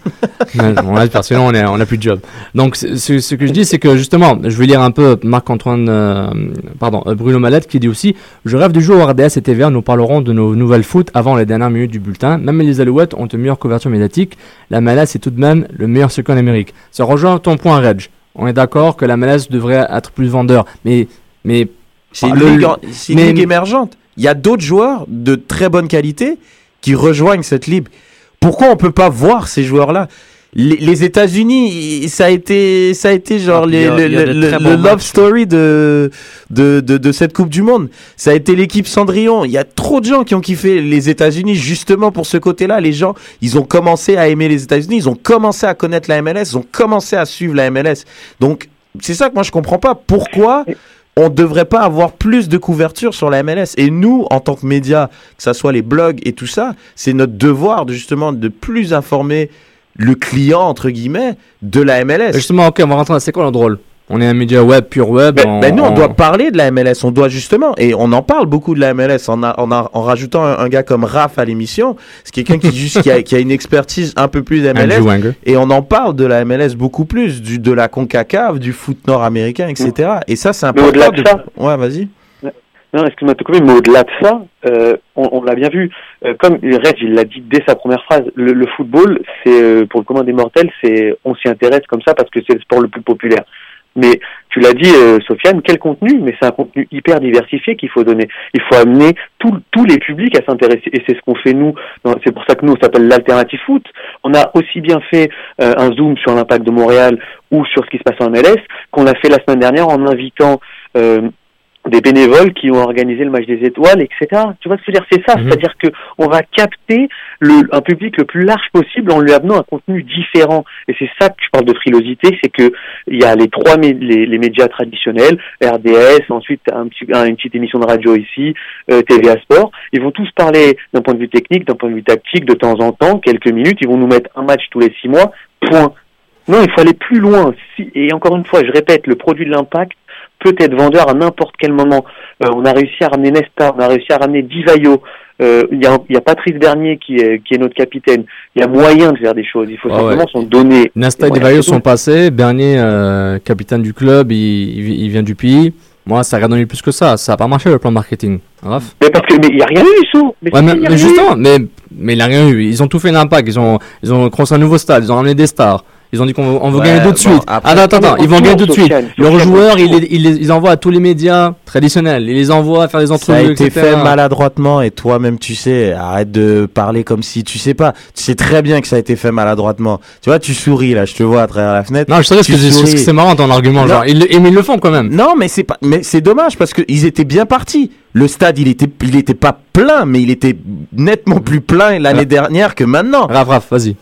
On espère, sinon on est, on a plus de job. Donc, ce, ce que je dis, c'est que justement, je vais lire un peu Marc-Antoine, euh, pardon, Bruno Mallette qui dit aussi: je rêve du jour où R D S et T V A nous parleront de nos nouvelles foot avant les dernières minutes du bulletin. Même les Alouettes ont une meilleure couverture médiatique. La M L S est tout de même le meilleur circuit en Amérique. Ça rejoint ton point, Reg. On est d'accord que la M L S devrait être plus vendeur, mais, mais c'est une, le, ligue, c'est une mais, ligue émergente. Il y a d'autres joueurs de très bonne qualité qui rejoignent cette ligue. Pourquoi on peut pas voir ces joueurs-là? Les, les États-Unis, ça a été, ça a été genre ah, les, a, le, le, le, le love story de, de, de, de cette Coupe du Monde. Ça a été l'équipe Cendrillon. Il y a trop de gens qui ont kiffé les États-Unis justement pour ce côté-là. Les gens, ils ont commencé à aimer les États-Unis. Ils ont commencé à connaître la M L S. Ils ont commencé à suivre la M L S. Donc, c'est ça que moi je comprends pas. Pourquoi on devrait pas avoir plus de couverture sur la M L S? Et nous, en tant que médias, que ça soit les blogs et tout ça, c'est notre devoir de, justement de plus informer le client, entre guillemets, de la M L S. Justement, ok, on va rentrer dans c'est quoi notre rôle? On est un média web, pur web. Ben, on, ben nous, on, on doit parler de la M L S. On doit justement, et on en parle beaucoup de la M L S en, a, en, a, en rajoutant un, un gars comme Raph à l'émission. C'est quelqu'un qui, juste, qui, a, qui a une expertise un peu plus M L S. Et on en parle de la M L S beaucoup plus, du, de la CONCACAF, du foot nord-américain, et cetera. Et ça, c'est important. Mais au-delà de, de ça, ouais, vas-y. Non, excuse-moi de te couper, mais au-delà de ça, euh, on, on l'a bien vu. Euh, comme Reg, il l'a dit dès sa première phrase, le, le football, c'est euh, pour le commun des mortels, c'est on s'y intéresse comme ça parce que c'est le sport le plus populaire. Mais tu l'as dit, euh, Sofiane, quel contenu? Mais c'est un contenu hyper diversifié qu'il faut donner. Il faut amener tous tous les publics à s'intéresser, et c'est ce qu'on fait nous. C'est pour ça que nous, on s'appelle l'Alternative Foot. On a aussi bien fait euh, un zoom sur l'Impact de Montréal ou sur ce qui se passe en M L S qu'on l'a fait la semaine dernière en invitant euh, des bénévoles qui ont organisé le match des étoiles, et cetera. Tu vois ce que je veux dire? C'est ça, mmh. C'est-à-dire que on va capter le, un public le plus large possible en lui amenant un contenu différent. Et c'est ça que je parle de frilosité, c'est que il y a les trois mé- les, les médias traditionnels, R D S, ensuite un petit, un, une petite émission de radio ici, euh, T V A Sport. Ils vont tous parler d'un point de vue technique, d'un point de vue tactique, de temps en temps, quelques minutes. Ils vont nous mettre un match tous les six mois. Point. Non, il faut aller plus loin. Si, et encore une fois, je répète, le produit de l'Impact peut être vendeur à n'importe quel moment. Euh, on a réussi à ramener Nesta, on a réussi à ramener Divayo. Euh, il y a, y a Patrice Bernier qui est, qui est notre capitaine. Il y a moyen de faire des choses. Il faut ah simplement ouais. s'en donner. Nesta et Divayo sont passés. Bernier, euh, capitaine du club, il, il, il vient du pays. Moi, ça n'a donné plus que ça. Ça n'a pas marché le plan marketing. Raph. Mais parce que mais il y a rien eu, Sou. Mais, ouais, mais, mais justement, eu. mais mais il n'y a rien eu. Ils ont tout fait l'impact. Ils ont ils ont construit un nouveau stade. Ils ont ramené des stars. Ils ont dit qu'on veut, on veut ouais, gagner tout de bon, suite. Après, attends, attends, attends, ils vont gagner tout de suite. Leurs joueurs, ils, ils, ils, ils envoient à tous les médias traditionnels. Ils les envoient à faire des entrevues, ça a été et cetera. Fait maladroitement, et toi-même, tu sais, arrête de parler comme si tu sais pas. Tu sais très bien que ça a été fait maladroitement. Tu vois, tu souris là, je te vois à travers la fenêtre. Non, je sais ce que c'est, c'est marrant ton argument, non. genre. Ils, ils, ils le font quand même. Non, mais c'est pas, mais c'est dommage parce que ils étaient bien partis. Le stade, il était, il était pas plein, mais il était nettement plus plein l'année ouais. dernière que maintenant. Raph, Raph, vas-y.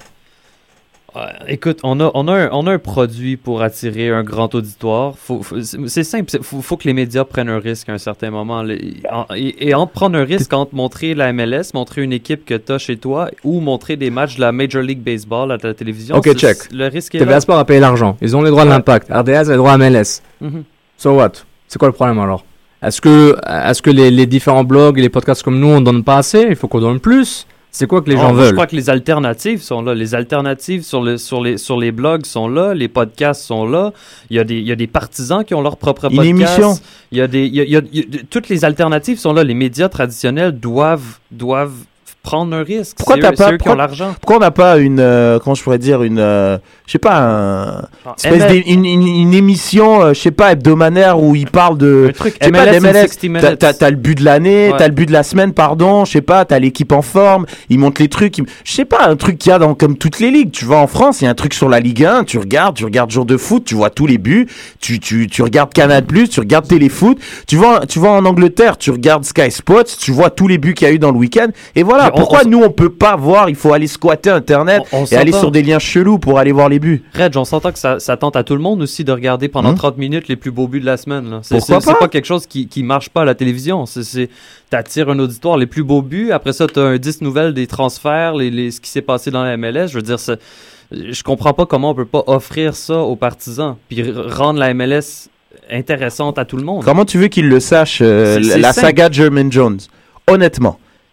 Euh, écoute, on a, on, a un, on a un produit pour attirer un grand auditoire. Faut, faut, c'est simple, il faut, faut que les médias prennent un risque à un certain moment. Les, en, et, et entre prendre un risque entre montrer la M L S, montrer une équipe que tu as chez toi, ou montrer des matchs de la Major League Baseball à la télévision. Ok, check. Le risque est T V A Sport a payé l'argent. Ils ont les droits ouais. de l'impact. R D S a les droits à M L S. Mm-hmm. So what? C'est quoi le problème alors? Est-ce que, est-ce que les, les différents blogs et les podcasts comme nous, on donne pas assez? Il faut qu'on donne plus. C'est quoi que les gens oh, veulent? Je crois que les alternatives sont là. Les alternatives sur, le, sur, les, sur les blogs sont là. Les podcasts sont là. Il y a des, il y a des partisans qui ont leur propre podcast. Une émission. Il y a des, il y a, il y a, il y a, toutes les alternatives sont là. Les médias traditionnels doivent, doivent prendre un risque. Pourquoi c'est t'as eux, pas, c'est eux qui ont l'argent. Pourquoi on n'a pas une, euh, comment je pourrais dire, une, euh, je sais pas, un, ah, espèce une, une, une émission, euh, je sais pas, hebdomadaire où ils parlent de, un truc, je sais M L S, pas, M L S, t'as, t'as, t'as le but de l'année, ouais. t'as le but de la semaine, pardon, je sais pas, t'as l'équipe en forme, ils montent les trucs, ils, je sais pas, un truc qu'il y a dans, comme toutes les ligues, tu vas en France, il y a un truc sur la Ligue un, tu regardes, tu regardes jour de foot, tu vois tous les buts, tu, tu, tu regardes Canal plus, tu regardes Téléfoot, tu vas, tu vas en Angleterre, tu regardes Sky Sports, tu vois tous les buts qu'il y a eu dans le week-end, et voilà, on, pourquoi on, nous on peut pas voir, il faut aller squatter internet on, on et aller sur des liens chelous pour aller voir les buts. Reg, on s'entend que ça, ça tente à tout le monde aussi de regarder pendant mmh. trente minutes les plus beaux buts de la semaine. Là. C'est, Pourquoi c'est, pas? c'est pas quelque chose qui, qui marche pas à la télévision. C'est, c'est, t'attires un auditoire, les plus beaux buts. Après ça, t'as un dix nouvelles des transferts, les, les, ce qui s'est passé dans la M L S. Je veux dire, c'est, je comprends pas comment on peut pas offrir ça aux partisans puis rendre la M L S intéressante à tout le monde. Comment tu veux qu'ils le sachent, euh, c'est, c'est la simple. Saga Jermaine Jones? Honnêtement.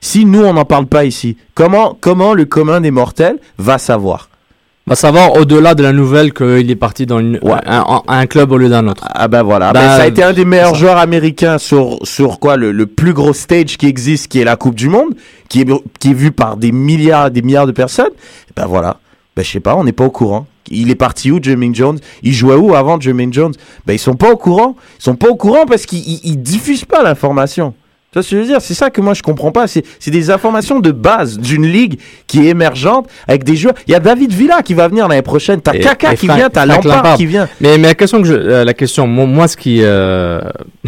Si nous, on n'en parle pas ici, comment, comment le commun des mortels va savoir? Va savoir au-delà de la nouvelle qu'il est parti dans une, ouais. un, un, un club au lieu d'un autre. Ah ben voilà, bah, ben, ça a été un des meilleurs joueurs américains sur, sur quoi, le, le plus gros stage qui existe, qui est la Coupe du Monde, qui est, qui est vu par des milliards des milliards de personnes. Ben voilà, ben je sais pas, on n'est pas au courant. Il est parti où, Jermaine Jones? Il jouait où avant Jermaine Jones? Ben ils sont pas au courant. Ils sont pas au courant parce qu'ils ils, ils diffusent pas l'information. Tu vois ce que je veux dire? C'est ça que moi je comprends pas. C'est, c'est des informations de base d'une ligue qui est émergente avec des joueurs. Il y a David Villa qui va venir l'année prochaine. T'as et, Kaka et qui Frank, vient, t'as Lampard, Lampard qui vient. Mais, mais la question que je, euh, la question, moi, moi ce qui, euh,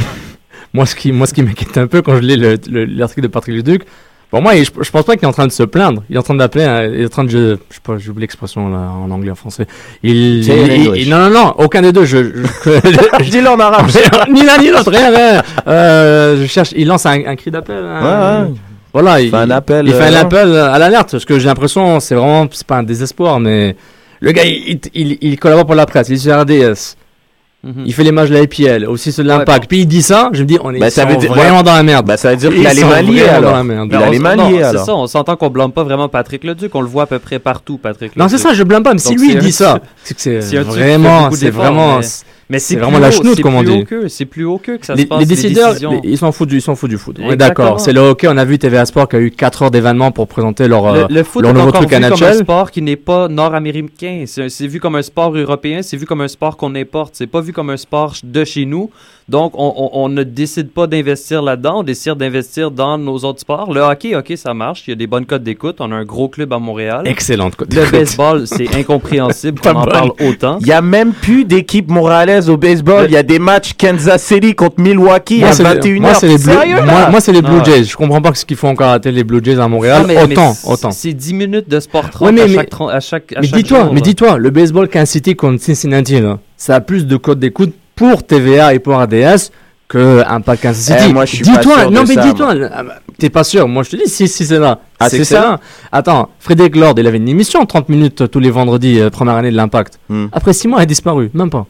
moi ce qui, moi ce qui m'inquiète un peu quand je lis le, le, l'article de Patrick Leduc, pour moi, je, je pense pas qu'il est en train de se plaindre. Il est en train d'appeler, hein, il est en train de, je, je sais pas, j'oublie l'expression là, en anglais, en français. Il, il, il, il non, non, non, aucun des deux. Je, je, je dis-le en arabe. Ni l'un ni l'autre, rien, rien. Euh, je cherche. Il lance un, un cri d'appel. Hein. Ouais, ouais. Voilà, il, il fait un appel. Il euh, fait un appel à l'alerte, parce que j'ai l'impression, c'est vraiment, c'est pas un désespoir, mais le gars, il, il, il, il collabore pour la presse, il est sur R D S. Mm-hmm. Il fait les matchs de la I P L, aussi sur l'impact. Ouais, puis il dit ça, je me dis, on est bah, ça veut dire, vraiment ouais. dans la merde. Bah, ça veut dire qu'il a les mains liées alors. Il a les mains liées alors. C'est ça, on s'entend qu'on blâme pas vraiment Patrick Leduc, on le voit à peu près partout, Patrick Leduc. Non, c'est ça, je blâme pas, mais si lui il dit ça, c'est que c'est vraiment, c'est vraiment. Mais c'est, c'est vraiment la chenoute, comme on dit. Que, c'est plus haut que, que ça les, se passe. Les décideurs, les les, ils s'en foutent du, ils s'en foutent du foot. On est d'accord. C'est le hockey. On a vu T V A Sport qui a eu quatre heures d'événements pour présenter leur, le, le foot leur est nouveau encore truc à vu N H L. comme un sport qui n'est pas nord-américain. C'est, c'est vu comme un sport européen. C'est vu comme un sport qu'on importe. C'est pas vu comme un sport de chez nous. Donc, on, on, on ne décide pas d'investir là-dedans. On décide d'investir dans nos autres sports. Le hockey, ok, ça marche. Il y a des bonnes cotes d'écoute. On a un gros club à Montréal. Excellente cote d'écoute. Le baseball, c'est incompréhensible qu'on en parle autant. Il y a même plus d'équipe montréalaise au baseball. Il y a des matchs Kansas City contre Milwaukee moi, à vingt et une heures. Moi, c'est les Blue, Sérieux, moi, moi, c'est les Blue Jays. Je comprends pas ce qu'ils font encore à la télé, les Blue Jays à Montréal. Non, mais, autant, mais autant. C'est dix minutes de sport trente ouais, mais, à mais, chaque, à chaque, à mais chaque dis-toi, jour. Mais dis-toi, le baseball Kansas City contre Cincinnati, là, ça a plus de codes d'écoute pour T V A et pour R D S que Impact Kansas City. Eh, moi, je suis dis-toi, pas sûr non de mais ça, dis-toi, t'es pas sûr. Moi, je te dis, si, si c'est là. Ah, c'est, c'est, c'est ça. Là. Attends, Frédéric Lord, il avait une émission trente minutes tous les vendredis, euh, première année de l'Impact. Hmm. Après six mois, il a disparu, même pas.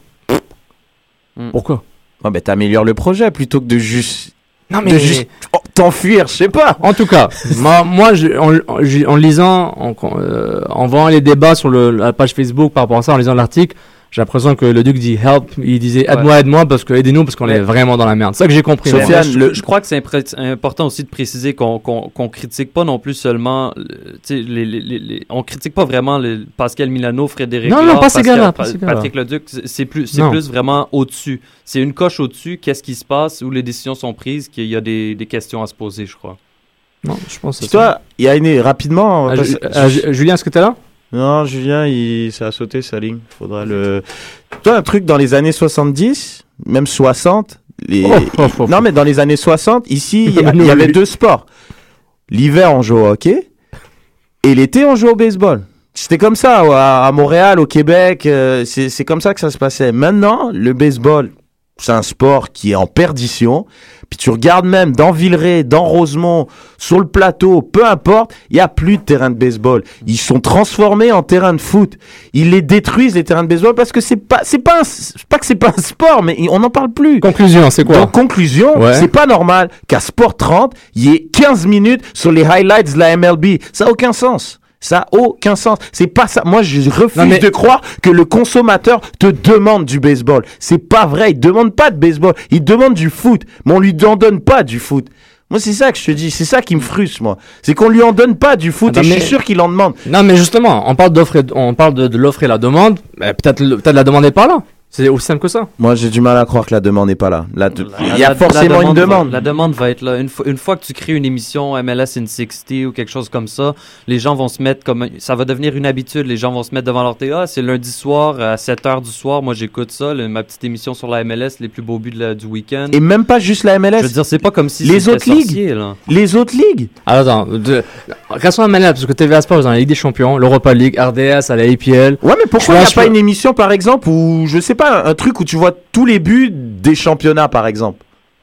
Hmm. Pourquoi? Oh, ben, t'améliores le projet plutôt que de juste. Non mais de juste t'enfuir, je sais pas. En tout cas, moi, moi je, en, en, en lisant, en, euh, en voyant les débats sur le, la page Facebook par rapport à ça, en lisant l'article, j'ai l'impression que le Duc dit help, il disait aide-moi, ouais. aide-moi, parce que aidez-nous parce qu'on ouais. est vraiment dans la merde. C'est ça que j'ai compris. Sofiane, je, le... je crois que c'est impré- important aussi de préciser qu'on, qu'on, qu'on critique pas non plus seulement, tu sais, les, les, les, les, on critique pas vraiment les Pascal Milano, Frédéric non, Lard, non, pas ces gars-là, pa- pas Patrick Leduc, c'est, c'est plus, c'est plus vraiment au-dessus. C'est une coche au-dessus. Qu'est-ce qui se passe, où les décisions sont prises, qu'il y a des, des questions à se poser, je crois. Non, je pense. Que toi, il y a une rapidement. Ah, ju- euh, ju- Julien, est-ce que t'es là? Non, Julien, il, ça a sauté sa ligne. Faudra le. Toi, un truc dans les années soixante-dix, même soixante. Les... Oh, oh, oh, non, mais dans les années soixante, ici, il y, y avait deux sports. L'hiver, on joue au hockey. Et l'été, on joue au baseball. C'était comme ça, à, à Montréal, au Québec. Euh, c'est, c'est comme ça que ça se passait. Maintenant, le baseball, c'est un sport qui est en perdition. Puis tu regardes même dans Villeray, dans Rosemont, sur le plateau, peu importe, il n'y a plus de terrain de baseball. Ils sont transformés en terrain de foot. Ils les détruisent, les terrains de baseball, parce que c'est pas, c'est pas, un, c'est pas que c'est pas un sport, mais on n'en parle plus. Conclusion, c'est quoi? Donc, conclusion, ouais. C'est pas normal qu'à Sport trente, il y ait quinze minutes sur les highlights de la M L B. Ça n'a aucun sens. Ça n'a aucun sens. C'est pas ça. Moi, je refuse non, mais... de croire que le consommateur te demande du baseball. C'est pas vrai. Il demande pas de baseball. Il demande du foot. Mais on lui en donne pas du foot. Moi, c'est ça que je te dis. C'est ça qui me frustre, moi. C'est qu'on lui en donne pas du foot. Ah, et mais... je suis sûr qu'il en demande. Non, mais justement, on parle d'offre et... on parle de, de l'offre et la demande. Mais peut-être, peut-être la demande n'est pas là. C'est aussi simple que ça. Moi, j'ai du mal à croire que la demande n'est pas là. Là, t- la, il y a la, forcément la une demande. Va, la demande va être là. Une, fo- une fois que tu crées une émission M L S in soixante ou quelque chose comme ça, les gens vont se mettre comme... Ça va devenir une habitude. Les gens vont se mettre devant leur télé. Ah, c'est lundi soir à sept heures du soir. Moi, j'écoute ça. Le, ma petite émission sur la M L S, les plus beaux buts de la, du week-end. Et même pas juste la M L S. Je veux dire, c'est pas comme si les c'était autres ligues. Sorcier, là. Les autres ligues. Alors, attends. De... Restons à M L S, parce que T V A Sport, dans la Ligue des Champions, l'Europa League, R D S, à la I P L. Ouais, mais pourquoi il n'y a pas une émission, par exemple, où, je sais pas, un truc où tu vois tous les buts des championnats, par exemple.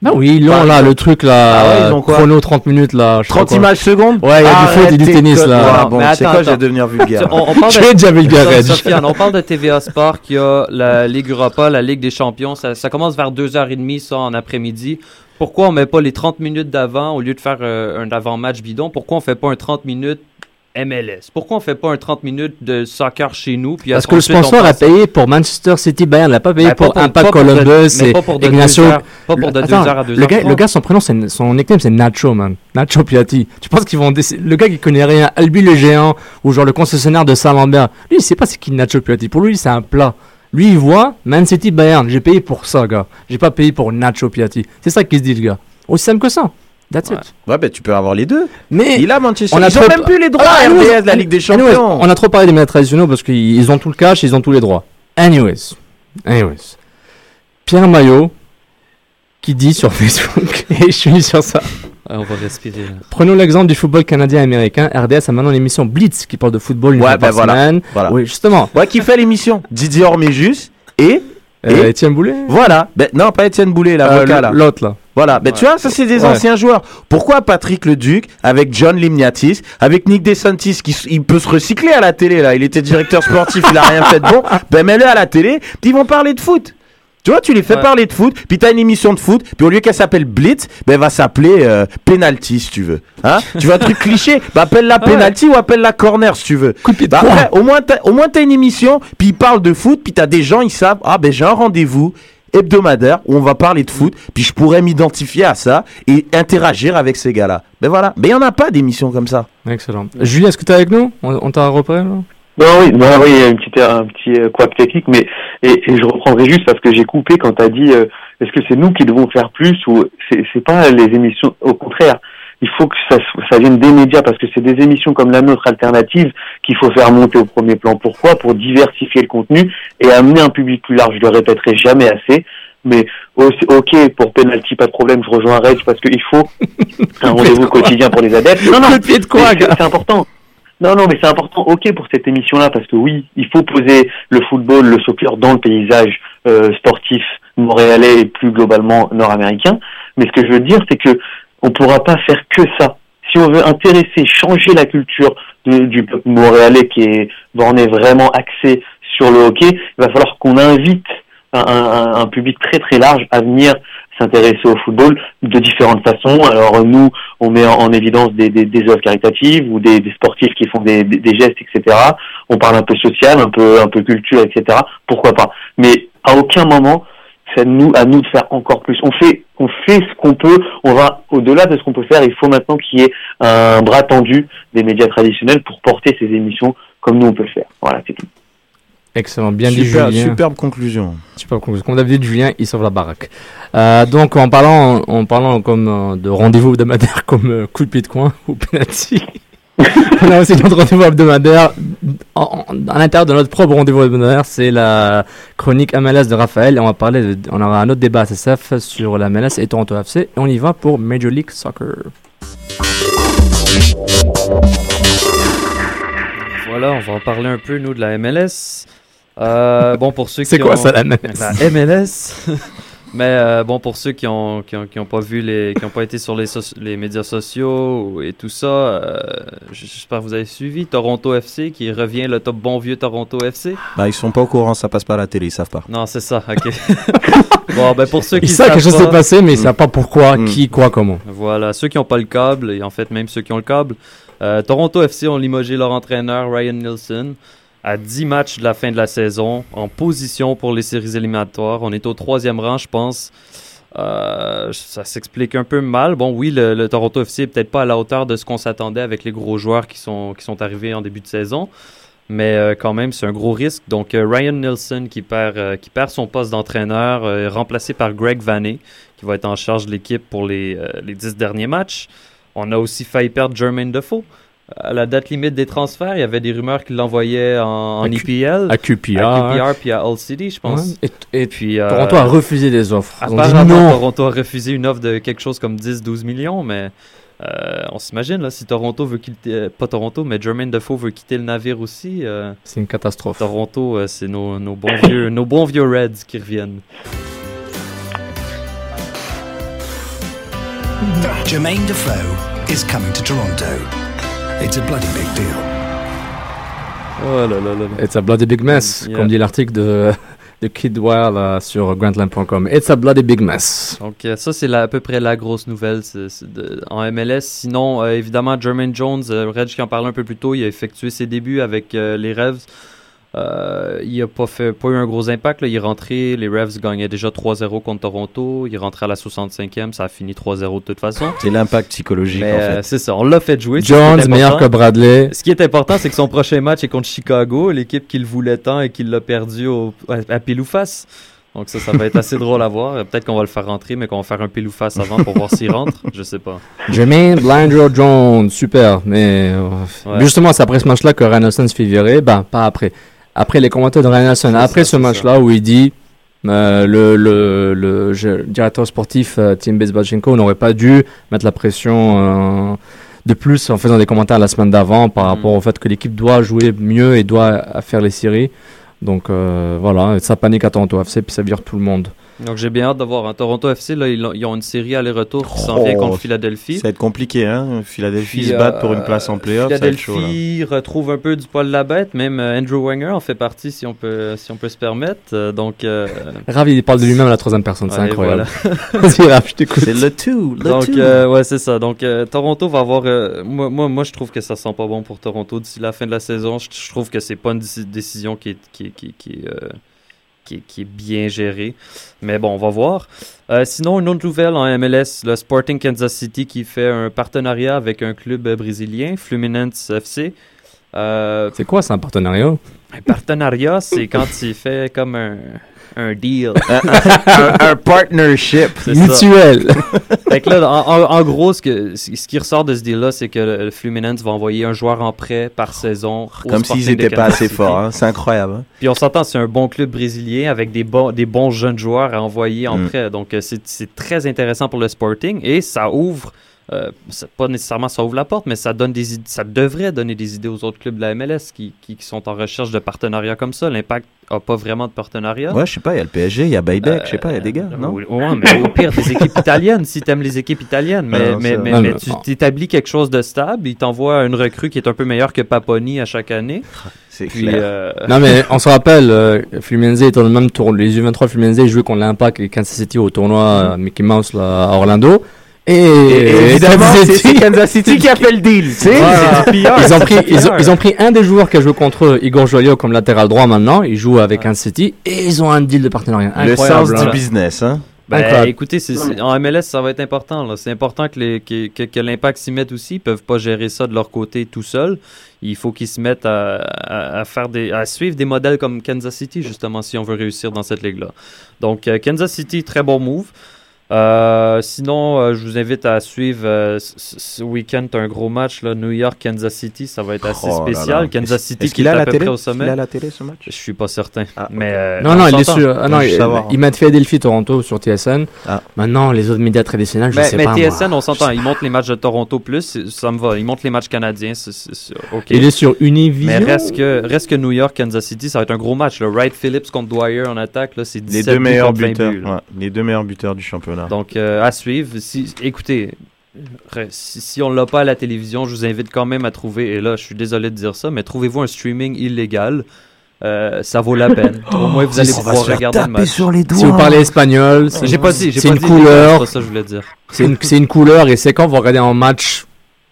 Bah oui, ils l'ont Bah, là, ils ont- le truc là, Ah ouais, ils ont quoi chrono trente minutes là. je sais pas trente quoi. images secondes. Ouais, il y a du foot et du Arrête tennis tes là. conneries. Non, Bon, mais tu sais attends, quoi, je vais attends. devenir vulgaire. On, on parle Je de... vais déjà vulgaire, Attends, Reg. Sofiane, on parle de T V A Sport qui a la Ligue Europa, la Ligue des Champions. Ça, ça commence vers deux heures trente, ça, en après-midi. Pourquoi on met pas les trente minutes d'avant au lieu de faire euh, un avant-match bidon? Pourquoi on fait pas un trente minutes M L S? Pourquoi on fait pas un trente minutes de soccer chez nous? Puis Parce que le ensuite, on sponsor a passe- payé pour Manchester City Bayern, il n'a pas payé Ben, pas pour pour- Impact pas pour de- Columbus mais et pas pour de Ignacio. deux heures- pas pour de deux Attends, heures à deux le heures gars, trente. le gars, son prénom, c'est, son nickname, c'est Nacho, man. Nacho Piatti. Tu penses qu'ils vont décider, le gars qui connaît rien, Albi le géant, ou genre le concessionnaire de Saint-Lambert, lui, il sait pas c'est qui Nacho Piatti. Pour lui, c'est un plat. Lui, il voit Man City Bayern. J'ai payé pour ça, gars. J'ai pas payé pour Nacho Piatti. C'est ça qu'il se dit, le gars. Aussi simple que ça. That's Ouais. it. Ouais, ben tu peux avoir les deux. Mais Il a Manchester. on a Ils ont trop- même plus les droits Ah, à R anyways, D S de la Ligue des anyways, Champions. on a trop parlé des médias traditionnels parce qu'ils ils ont tout le cash, ils ont tous les droits. Anyways. Anyways. Pierre Maillot qui dit sur Facebook, et je suis sur ça. Ouais, on va respirer. là. Prenons l'exemple du football canadien-américain. R D S a maintenant l'émission Blitz qui parle de football une Ouais, fois ben par voilà. semaine. Voilà. Oui, justement. Ouais, qui fait l'émission Didier Orméjus et. Euh, Et Étienne Boulet. Voilà. Ben, non, pas Étienne Boulet, l'avocat Euh, là. L'autre là. Voilà, ben tu vois, ça c'est des Ouais. anciens joueurs. Pourquoi Patrick Leduc, avec John Limniatis, avec Nick DeSantis, qui s- il peut se recycler à la télé là, il était directeur sportif, il a rien fait de bon, ben mets-le à la télé, puis ils vont parler de foot. Tu vois, tu les fais Ouais. parler de foot, puis t'as une émission de foot, puis au lieu qu'elle s'appelle Blitz, ben elle va s'appeler euh, Penalty si tu veux. Hein Tu veux un truc cliché, ben appelle-la Penalty ou appelle-la Corner si tu veux. Coup de pied de Ben poing. après, au moins t'as, au moins t'as une émission, puis ils parlent de foot, puis t'as des gens, ils savent, ah ben j'ai un rendez-vous hebdomadaire où on va parler de foot, puis je pourrais m'identifier à ça et interagir avec ces gars-là. Ben voilà, mais il y en a pas d'émissions comme ça. Excellent. Julien, est-ce que tu es avec nous? On, on t'a repris là? Non, oui, non, oui, il y a une petite, un petit euh, couac technique, mais et, et je reprendrai juste parce que j'ai coupé quand tu as dit euh, est-ce que c'est nous qui devons faire plus ou c'est c'est pas les émissions, au contraire. Il faut que ça, ça vienne des médias parce que c'est des émissions comme la nôtre alternative qu'il faut faire monter au premier plan. Pourquoi? Pour diversifier le contenu et amener un public plus large. Je le répéterai jamais assez. Mais aussi, ok, pour penalty, pas de problème, je rejoins Reg parce qu'il faut un rendez-vous quotidien pour les adeptes. Non, non, Coup de pied de quoi, mais c'est gars? c'est important. Non, non, mais c'est important, ok, pour cette émission-là, parce que oui, il faut poser le football, le soccer dans le paysage euh, sportif montréalais et plus globalement nord-américain. Mais ce que je veux dire, c'est que on pourra pas faire que ça. Si on veut intéresser, changer la culture de- du peuple montréalais qui est borné vraiment axé sur le hockey, il va falloir qu'on invite un, un, un public très très large à venir s'intéresser au football de différentes façons. Alors nous, on met en, en évidence des, des, des œuvres caritatives ou des, des sportifs qui font des, des, des gestes, et cetera. On parle un peu social, un peu un peu culture, et cetera. Pourquoi pas? Mais à aucun moment, c'est à nous, à nous de faire encore plus. On fait, on fait ce qu'on peut. On va au-delà de ce qu'on peut faire. Il faut maintenant qu'il y ait un bras tendu des médias traditionnels pour porter ces émissions comme nous on peut le faire. Voilà, c'est tout. Excellent, bien dit Super, Julien. superbe conclusion. Super cool. Comme d'habitude, Julien, il sauve la baraque. Euh, donc, en parlant, en parlant comme euh, de rendez-vous hebdomadaire comme euh, coup de pied de coin ou penalty, on a aussi notre rendez-vous hebdomadaire en, en- à l'intérieur de notre propre rendez-vous hebdomadaire. C'est la chronique M L S de Raphaël. Et on va parler, de, on aura un autre débat à S S F sur la M L S et Toronto F C. Et on y va pour Major League Soccer. Voilà, on va en parler un peu, nous, de la M L S. Euh, bon, pour ceux qui C'est quoi ont... ça, la M L S? La M L S. Mais euh, bon, pour ceux qui ont, qui ont, qui ont pas vu les, qui ont pas été sur les, soci- les médias sociaux et tout ça, euh, j'espère que vous avez suivi Toronto F C qui revient, le top bon vieux Toronto F C. Bah ils sont pas au courant, ça passe pas à la télé, ils savent pas. Non, c'est ça, ok. Bon, ben pour ceux qui Ils savent savent quelque chose pas- s'est passé, mais ils Mm. savent pas pourquoi, Mm. qui, quoi, comment. Voilà, ceux qui n'ont pas le câble, et en fait même ceux qui ont le câble, euh, Toronto F C ont limogé leur entraîneur Ryan Nielsen à dix matchs de la fin de la saison, en position pour les séries éliminatoires. On est au troisième rang, je pense. Euh, ça s'explique un peu mal. Bon, oui, le, le Toronto F C est peut-être pas à la hauteur de ce qu'on s'attendait avec les gros joueurs qui sont, qui sont arrivés en début de saison. Mais euh, quand même, c'est un gros risque. Donc, euh, Ryan Nielsen qui perd, euh, qui perd son poste d'entraîneur, euh, remplacé par Greg Vanney, qui va être en charge de l'équipe pour les, euh, les dix derniers matchs. On a aussi failli perdre Jermaine Defoe. À la date limite des transferts, il y avait des rumeurs qu'il l'envoyait en, en À E Q- P L. À Q P R. À Q P R puis à Hull City, je pense. Ouais. Et, et Puis, euh, Toronto a refusé des offres. Ils ont dit apparemment, non. Toronto a refusé une offre de quelque chose comme dix douze millions, mais euh, on s'imagine, là, si Toronto veut quitter, euh, pas Toronto, mais Jermaine Defoe veut quitter le navire aussi, euh, C'est une catastrophe. Toronto, euh, c'est nos, nos, bons vieux, nos bons vieux Reds qui reviennent. Jermaine Defoe is coming to Toronto. It's a bloody big deal. Oh là là là là. It's a bloody big mess, Yeah. comme dit l'article de, de Kidwell euh, sur grantland point com. It's a bloody big mess. Donc euh, ça, c'est la, à peu près la grosse nouvelle c'est, c'est de, en M L S. Sinon, euh, évidemment, Jermaine Jones, euh, Reg qui en parlait un peu plus tôt, il a effectué ses débuts avec euh, les Revs. Euh, il n'a pas, fait, pas eu un gros impact. Là. Il est rentré, les Revs gagnaient déjà trois zéro contre Toronto. Il est rentré à la soixante-cinquième, ça a fini trois zéro de toute façon. C'est l'impact psychologique, Mais, en fait. euh, c'est ça, on l'a fait jouer. Jones, meilleur que Bradley. Ce qui est important, c'est que son prochain match est contre Chicago, l'équipe qu'il voulait tant et qu'il l'a perdu au, à, à pile ou face. Donc ça, ça va être assez drôle à voir. Peut-être qu'on va le faire rentrer, mais qu'on va faire un pile ou face avant pour voir s'il rentre. Je sais pas. Jermaine Blinder Jones, super. Mais euh, Ouais. justement, c'est après ce match-là que Ryan Nelson se fait virer. Ben, pas après. Après les commentaires de Ryan Nelson, après ça, ce c'est match-là où il dit euh, le, le, le, le directeur sportif euh, Tim Bezbatchenko n'aurait pas dû mettre la pression euh, de plus en faisant des commentaires la semaine d'avant par rapport au fait que l'équipe doit jouer mieux et doit faire les séries. Donc euh, voilà, ça panique à Toronto F C puis ça vire tout le monde. Donc j'ai bien hâte de voir. Hein. Toronto F C, là, ils, ont, ils ont une série aller-retour qui s'en Oh, vient contre Philadelphie. Ça va être compliqué, hein. Philadelphie Puis, se euh, battent pour une place en playoff, ça va être chaud, là. Philadelphie retrouve un peu du poil de la bête. Même euh, Andrew Wenger en fait partie, si on peut, si on peut se permettre. Euh, donc, euh, Rav, il parle de lui-même à la troisième personne, c'est ouais, incroyable. voilà. Vas-y, Rav, je t'écoute. C'est le tout, le Donc, tout. euh, ouais, c'est ça. Donc, euh, Toronto va avoir. euh, moi, moi, moi, je trouve que ça sent pas bon pour Toronto d'ici la fin de la saison. Je, je trouve que c'est pas une déci- décision qui est, qui, est- qui, est- qui, est, euh, qui, est, qui est bien gérée. Mais bon, on va voir. Euh, sinon, une autre nouvelle en M L S, le Sporting Kansas City qui fait un partenariat avec un club euh, brésilien, Fluminense F C. Euh, C'est quoi, c'est un partenariat? un partenariat, c'est quand tu fais comme un, un deal. un, un partnership C'est ça. mutuel. Fait que là, en, en- en gros, ce, que, ce qui ressort de ce deal-là, c'est que le, le Fluminense va envoyer un joueur en prêt par saison. au Comme Sporting s'ils de n'étaient pas Kansas assez City. forts, hein. C'est incroyable, hein. Puis on s'entend, c'est un bon club brésilien avec des, bons des bons jeunes joueurs à envoyer en Mm. prêt. Donc euh, c'est c'est très intéressant pour le Sporting et ça ouvre, euh, c'est pas nécessairement ça ouvre la porte, mais ça donne des id- ça devrait donner des idées aux autres clubs de la M L S qui, qui, qui sont en recherche de partenariats comme ça. L'Impact a pas vraiment de partenariat. Ouais, je sais pas, il y a le P S G, il y a Baybeck, je sais pas, il y a des gars, non? Oui, ouais, mais au pire, des équipes italiennes, si t'aimes les équipes italiennes. Mais, Ah non, mais, c'est mais, vrai. mais Non, tu non. t'établis quelque chose de stable, il t'envoie une recrue qui est un peu meilleure que Paponi à chaque année. C'est Puis, clair. euh, Non mais on se rappelle, euh, Fluminense est dans le même tour. Les U vingt-trois Fluminense jouaient contre l'Impact et Kansas City au tournoi euh, Mickey Mouse là, à Orlando. Et, Et évidemment, Kansas c'est City- c'est Kansas City qui a fait le deal, tu sais. Voilà. c'est du P R, Ils ont c'est pris, du P R. ils ont, ils ont pris un des joueurs qui a joué contre eux, Igor Joyaux, comme latéral droit maintenant. Il joue avec Kansas City et ils ont un deal de partenariat. Le Incroyable, sens là. du business, hein. Ben, Incroyable. écoutez, c'est, c'est- en M L S, ça va être important. Là. C'est important que, les, que, que, que l'Impact s'y mette aussi. Ils peuvent pas gérer ça de leur côté tout seuls. Il faut qu'ils se mettent à, à, à faire des, à suivre des modèles comme Kansas City, justement, si on veut réussir dans cette ligue-là. Donc, euh, Kansas City, très bon move. Euh, sinon, euh, je vous invite à suivre euh, ce, ce week-end un gros match, là, New York, Kansas City. Ça va être assez Oh là spécial. là. Kansas Est-ce- City est-ce qui qu'il est a à la peu télé? près au Il sommet. a la télé ce match? Je suis pas certain. Ah, mais euh, Non, on non, il est s'entend. sur. Ah, non, Je veux il, savoir. il met Philadelphie Toronto sur T S N. Ah. Maintenant, les autres médias traditionnels, je Mais, sais mais pas. T S N, moi. on s'entend. Ils montrent les matchs de Toronto plus, c'est- ça me va. Ils montrent les matchs canadiens, c'est, c'est- c'est- ok. Il est sur Univision. Mais reste que, reste que New York, Kansas City, ça va être un gros match. Là. Wright Phillips contre Dwyer en attaque, là, c'est Les dix-sept deux buts meilleurs contre vingt buteurs, buts, là. ouais, les deux meilleurs buteurs du championnat. Donc, euh, à suivre. Si, écoutez, re- si, si on l'a pas à la télévision, je vous invite quand même à trouver, et là, je suis désolé de dire ça, mais trouvez-vous un streaming illégal. Euh, ça vaut la peine. Au moins, vous allez On va pouvoir se faire regarder le taper match. sur les doigts. Si vous parlez espagnol, c'est, J'ai pas dit, j'ai c'est pas une dit illégal, couleur. c'est pas ça que je voulais dire. C'est une, c'est une couleur et c'est quand vous regardez en match.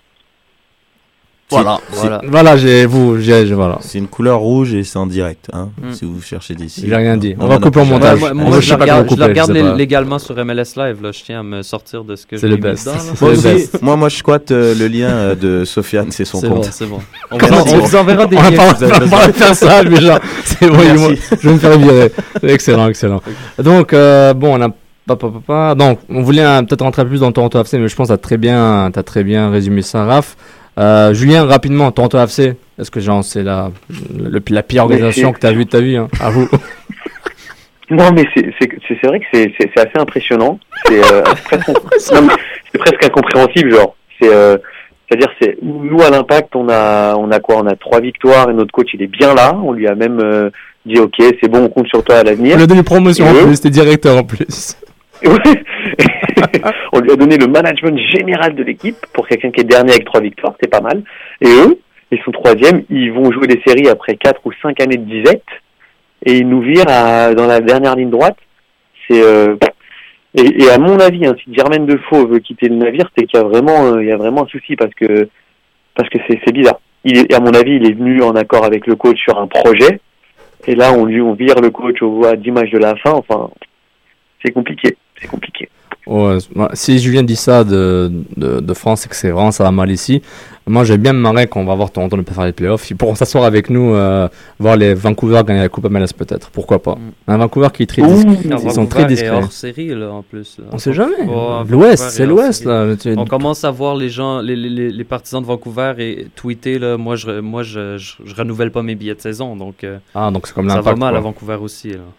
Voilà, C'est- voilà. Voilà, j'ai vous, j'ai, j'ai- voilà. C'est une couleur rouge et c'est en direct, hein, Mm. si vous cherchez d'ici. J'ai rien dit. Non, On va non, couper non, au jamais. montage. Moi, On moi, va- je, sais le pas comment regarde, je couper, le je regarde sais lé- pas. légalement sur M L S Live. Là. Je tiens à me sortir de ce que C'est j'ai le mis best. dedans, là. C'est Moi le aussi, best. moi, moi, je squatte euh, le lien euh, de Sofiane, c'est son C'est bon, compte. c'est bon. On, Merci. vous en- on vous enverra des On va liens. pas, si vous avez on va besoin. pas faire ça, mais genre, c'est bon, Merci. moi, je vais me faire virer. Excellent, excellent. Donc, euh, bon, on a pas, pas, pas, pas. Donc, on voulait euh, peut-être rentrer plus dans Toronto F C, mais je pense que t'as très bien, t'as très bien résumé ça, Raph. Euh, Julien, rapidement, Toronto F C, est-ce que genre, c'est la, le, la pire organisation c'est- que t'as vue de ta vie, hein, à vous? Non, mais c'est c'est c'est c'est vrai que c'est c'est c'est assez impressionnant. C'est euh, presque non, mais c'est presque incompréhensible, genre. C'est euh, c'est-à-dire c'est nous à l'Impact, on a on a quoi On a trois victoires et notre coach il est bien là. On lui a même euh, dit ok, c'est bon, on compte sur toi à l'avenir. On a donné promotion Et en eux plus, t'es directeur en plus. Ouais. On lui a donné le management général de l'équipe pour quelqu'un qui est dernier avec trois victoires, c'est pas mal. Et eux, ils sont troisième, ils vont jouer des séries après quatre ou cinq années de disette et ils nous virent à, dans la dernière ligne droite. C'est euh, et, et à mon avis, hein, si Jermaine Defoe veut quitter le navire, c'est qu'il y a vraiment, euh, il y a vraiment un souci parce que parce que c'est, c'est bizarre. Il est, à mon avis, il est venu en accord avec le coach sur un projet. Et là, on lui, on vire le coach au voit dix matchs de la fin. Enfin, c'est compliqué. C'est compliqué. Ouais, si Julien dit ça de, de, de France, c'est que c'est vraiment ça va mal ici. Moi, j'ai bien me marrer quand on va voir Toronto ne pas faire les playoffs. Ils pourront s'asseoir avec nous, euh, voir les Vancouver gagner la Coupe M L S peut-être. Pourquoi pas. Mm. Un Vancouver qui est très discret. Ils Vancouver sont très discrets. hors série là, en plus. Là. On sait jamais. Oh, L'Ouest, c'est l'Ouest là. On commence à voir les gens, les, les, les partisans de Vancouver et tweeter là. Moi, je, moi, je, je, je renouvelle pas mes billets de saison, donc. Euh, ah, donc c'est comme ça l'impact. va mal quoi. à Vancouver aussi là.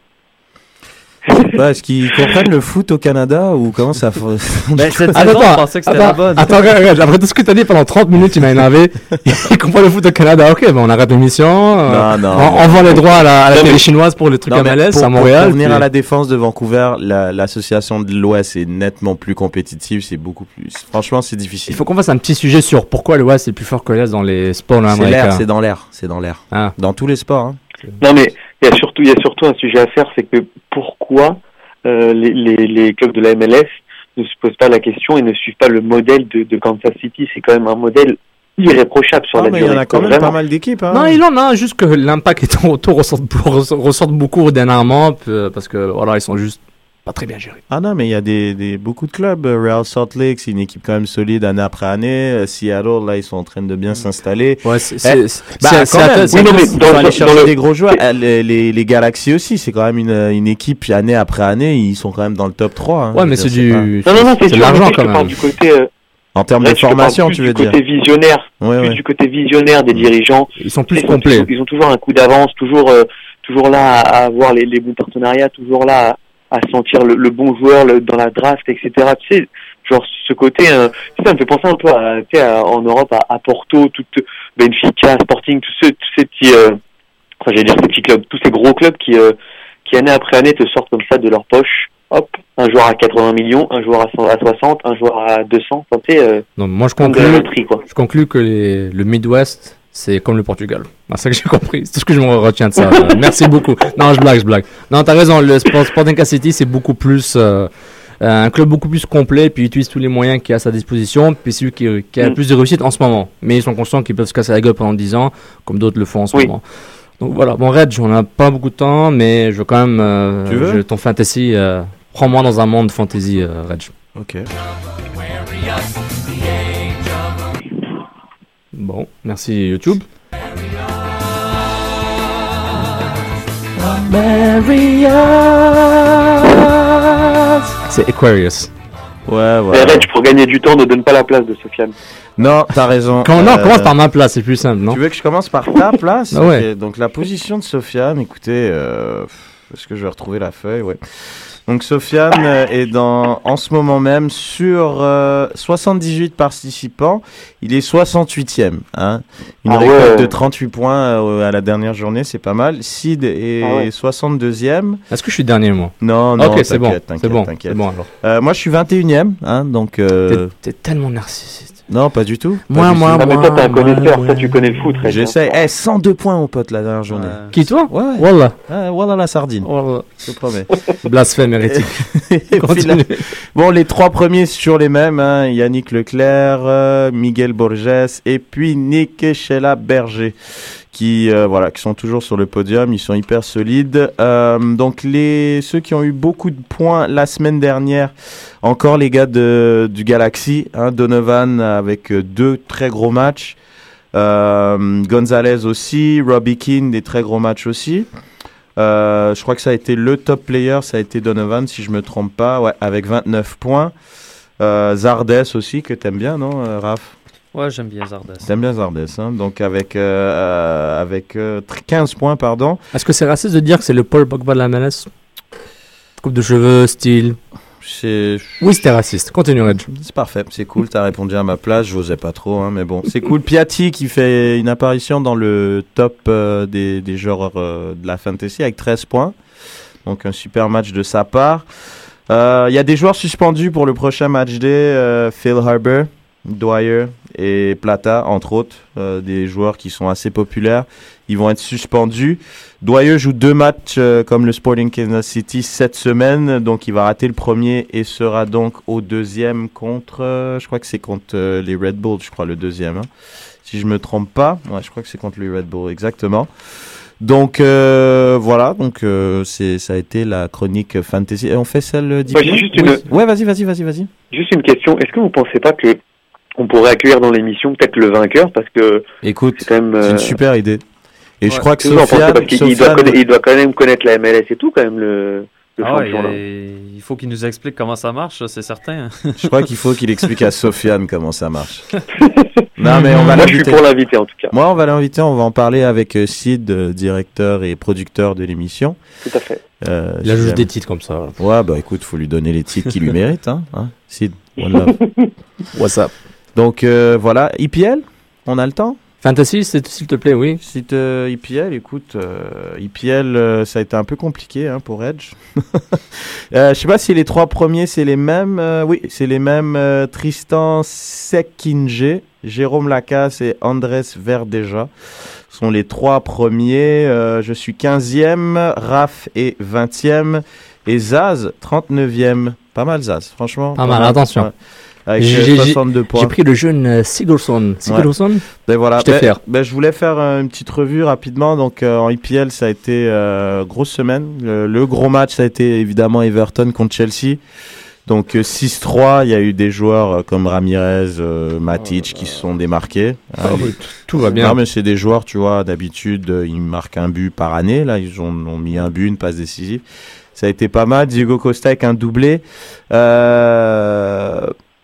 Bah, est-ce qu'ils comprennent le foot au Canada ou comment ça f... ben, cette attends, saison, on pensait que c'était attends, la bonne. Attends, regarde, après tout ce que tu as dit pendant trente minutes, il m'a énervé. Il comprend le foot au Canada. Ok, ben on arrête l'émission. Euh, non, non, on, on vend les droits à la, à la télé chinoise pour le truc non, M L S pour, à Montréal. Pour venir puis... à la défense de Vancouver, la, l'association de l'Ouest est nettement plus compétitive. C'est beaucoup plus. Franchement, c'est difficile. Il faut qu'on fasse un petit sujet sur pourquoi l'Ouest est plus fort que l'Est dans les sports américains. C'est l'air, c'est dans l'air, c'est dans l'air. Ah. Dans tous les sports. Hein. Non, mais il y a surtout, il y a surtout un sujet à faire, c'est que pourquoi Euh, les, les, les clubs de la M L S ne se posent pas la question et ne suivent pas le modèle de, de Kansas City. C'est quand même un modèle irréprochable sur ah, la mais durée. Il y en a quand même vraiment. pas mal d'équipes. Hein. Non, il en a, juste que l'Impact et Toronto ressortent, ressortent beaucoup dernièrement parce que voilà, ils sont juste pas très bien gérés. Ah non, mais il y a des, des, beaucoup de clubs. Real Salt Lake, c'est une équipe quand même solide année après année. Seattle, là, ils sont en train de bien s'installer. Ouais, c'est... c'est, c'est, bah, c'est, c'est quand même. Oui, non, mais il dans faut le, aller chercher dans le... des gros joueurs. Les, les, les Galaxy aussi, c'est quand même une, une équipe année après année. Ils sont quand même dans le top trois. Hein, ouais, mais c'est du... Pas... Non, non, non, c'est, c'est de l'argent quand même. Du côté, euh... En termes Là, de formation, tu veux du dire. côté visionnaire, ouais, plus ouais. du côté visionnaire des dirigeants. Ils sont plus ils complets. Sont, ils ont toujours un coup d'avance, toujours, euh, toujours là à, à avoir les, les bons partenariats, toujours là à, à sentir le, le bon joueur le, dans la draft, et cetera. Tu sais, genre ce côté, euh, ça me fait penser un peu à, tu sais, à, en Europe à, à Porto, toute Benfica, Sporting, tous ces, tous ces petits, euh, enfin, j'allais dire ces petits clubs, tous ces gros clubs qui, euh, qui année après année te sortent comme ça de leur poche. Hop, un joueur à quatre-vingts millions, un joueur à, cent, à soixante, un joueur à deux cents. Enfin, tu sais, euh, non, moi je conclue, loterie, quoi. Je conclue que les, le Midwest, c'est comme le Portugal. C'est ça que j'ai compris. C'est tout ce que je me retiens de ça. Merci beaucoup. Non, je blague, je blague. Non, t'as raison. Le Sporting Kansas City, c'est beaucoup plus euh, un club beaucoup plus complet, puis il utilise tous les moyens qu'il a à sa disposition, puis c'est lui qui, qui a le plus de réussite en ce moment. Mais ils sont conscients qu'ils peuvent se casser la gueule pendant dix ans, comme d'autres le font en ce oui. moment. Donc voilà. Bon, Reg, on n'a pas beaucoup de temps, mais je veux quand même euh, tu veux je, ton fantasy. Euh, Prends-moi dans un monde fantasy, euh, Reg. Ok. Bon, merci YouTube. C'est Aquarius. Ouais, ouais. Mais Reg, pour gagner du temps, ne donne pas la place de Sofiane. Non, t'as raison. Quand, non, euh, commence par ma place, c'est plus simple, non? Tu veux que je commence par ta place? Ah ouais. Okay. Donc la position de Sofiane, écoutez, euh, est-ce que je vais retrouver la feuille? Ouais. Donc Sofiane euh, est dans, en ce moment même sur euh, soixante-dix-huit participants. Il est soixante-huitième. Hein. Une ah récolte ouais. de trente-huit points euh, à la dernière journée, c'est pas mal. Sid est ah ouais. soixante-deuxième. Est-ce que je suis dernier, moi? Non, non, okay, c'est bon. t'inquiète, c'est bon. t'inquiète. C'est bon, alors. Euh, moi, je suis vingt et unième. Hein, donc, euh... t'es, t'es tellement narcissique. Non, pas du tout. Moi, pas moi, du moi. Mais toi, t'es un moi, connaisseur. moi, toi, tu connais le foot, Reg. J'essaye. Eh, cent deux points, mon pote, la dernière journée. Ouais. Qui, toi? Ouais. Voilà. Ah, voilà la sardine. Voilà. Je te promets. Blasphème hérétique. Continue. Bon, les trois premiers, c'est toujours les mêmes. Hein. Yannick Leclerc, euh, Miguel Borges et puis Nick Sheila Berger. Qui euh, voilà, qui sont toujours sur le podium, ils sont hyper solides. Euh, donc les ceux qui ont eu beaucoup de points la semaine dernière, encore les gars de du Galaxy, hein, Donovan avec deux très gros matchs, euh, Gonzalez aussi, Robbie Keane des très gros matchs aussi. Euh, je crois que ça a été le top player, ça a été Donovan si je me trompe pas, ouais, avec vingt-neuf points. Euh, Zardes aussi que t'aimes bien, non, euh, Raph? Ouais, j'aime bien Zardes. T'aimes bien Zardes, hein? Donc avec, euh, euh, avec euh, quinze points, pardon. Est-ce que c'est raciste de dire que c'est le Paul Pogba de la M L S? Coupe de cheveux, style. C'est... Oui, c'était raciste. Continue, Reg. C'est parfait, c'est cool, t'as répondu à ma place, je n'osais pas trop, hein, mais bon. C'est cool. Piatti qui fait une apparition dans le top euh, des, des joueurs euh, de la fantasy avec treize points. Donc un super match de sa part. Euh, Il y a des joueurs suspendus pour le prochain match day. Euh, Phil Harbour, Dwyer et Plata, entre autres, euh, des joueurs qui sont assez populaires. Ils vont être suspendus. Dwyer joue deux matchs euh, comme le Sporting Kansas City cette semaine, donc il va rater le premier et sera donc au deuxième contre, euh, je crois que c'est contre euh, les Red Bulls, je crois le deuxième, hein. Si je me trompe pas. Ouais, je crois que c'est contre les Red Bulls, exactement. Donc euh, voilà, donc euh, c'est ça a été la chronique fantasy. Et on fait celle d'I P L. Ouais, juste une... oui. Ouais, vas-y, vas-y, vas-y, vas-y. Juste une question. Est-ce que vous pensez pas que on pourrait accueillir dans l'émission peut-être le vainqueur parce que écoute, c'est, quand même, euh... c'est une super idée. Et ouais, je crois que Sofiane, parce qu'il Sofiane... doit, connaître, il doit quand même connaître la M L S et tout quand même le. le ah ouais, et... il faut qu'il nous explique comment ça marche, c'est certain. Je crois qu'il faut qu'il explique à Sofiane comment ça marche. Non mais on va Moi, l'inviter. Je suis pour l'inviter en tout cas. Moi on va l'inviter, on va en parler avec euh, Sid, euh, directeur et producteur de l'émission. Tout à fait. Euh, il a juste des titres comme ça. Ouais bah écoute, faut lui donner les titres qu'il lui mérite, hein, hein. Sid, one love. What's up? Donc euh, voilà, I P L, on a le temps? Fantasy, s'il te plaît, oui. Si te I P L, écoute, euh, I P L, euh, ça a été un peu compliqué hein, pour Edge. euh, je sais pas si les trois premiers, c'est les mêmes. Euh, oui, c'est les mêmes. Euh, Tristan Sekinje, Jérôme Lacasse et Andrés Verdeja sont les trois premiers. Euh, je suis quinzième, Raph est vingtième et Zaz, trente-neuvième. Pas mal Zaz, franchement. Pas, pas mal, mal, attention. Ouais. Avec j'ai, soixante-deux points. J'ai pris le jeune euh, Sigurdsson. Sigurdsson. Ouais. Ben voilà. J'étais ben, fier. Ben je voulais faire euh, une petite revue rapidement. Donc euh, en I P L, ça a été euh, grosse semaine. Le, le gros match, ça a été évidemment Everton contre Chelsea. Donc euh, six trois, il y a eu des joueurs euh, comme Ramirez, euh, Matic oh, qui se sont démarqués. Oh, hein, oui, tout va bien. Non mais c'est des joueurs, tu vois, d'habitude euh, ils marquent un but par année. Là, ils ont, ont mis un but, une passe décisive. Ça a été pas mal. Diego Costa avec un doublé. Euh...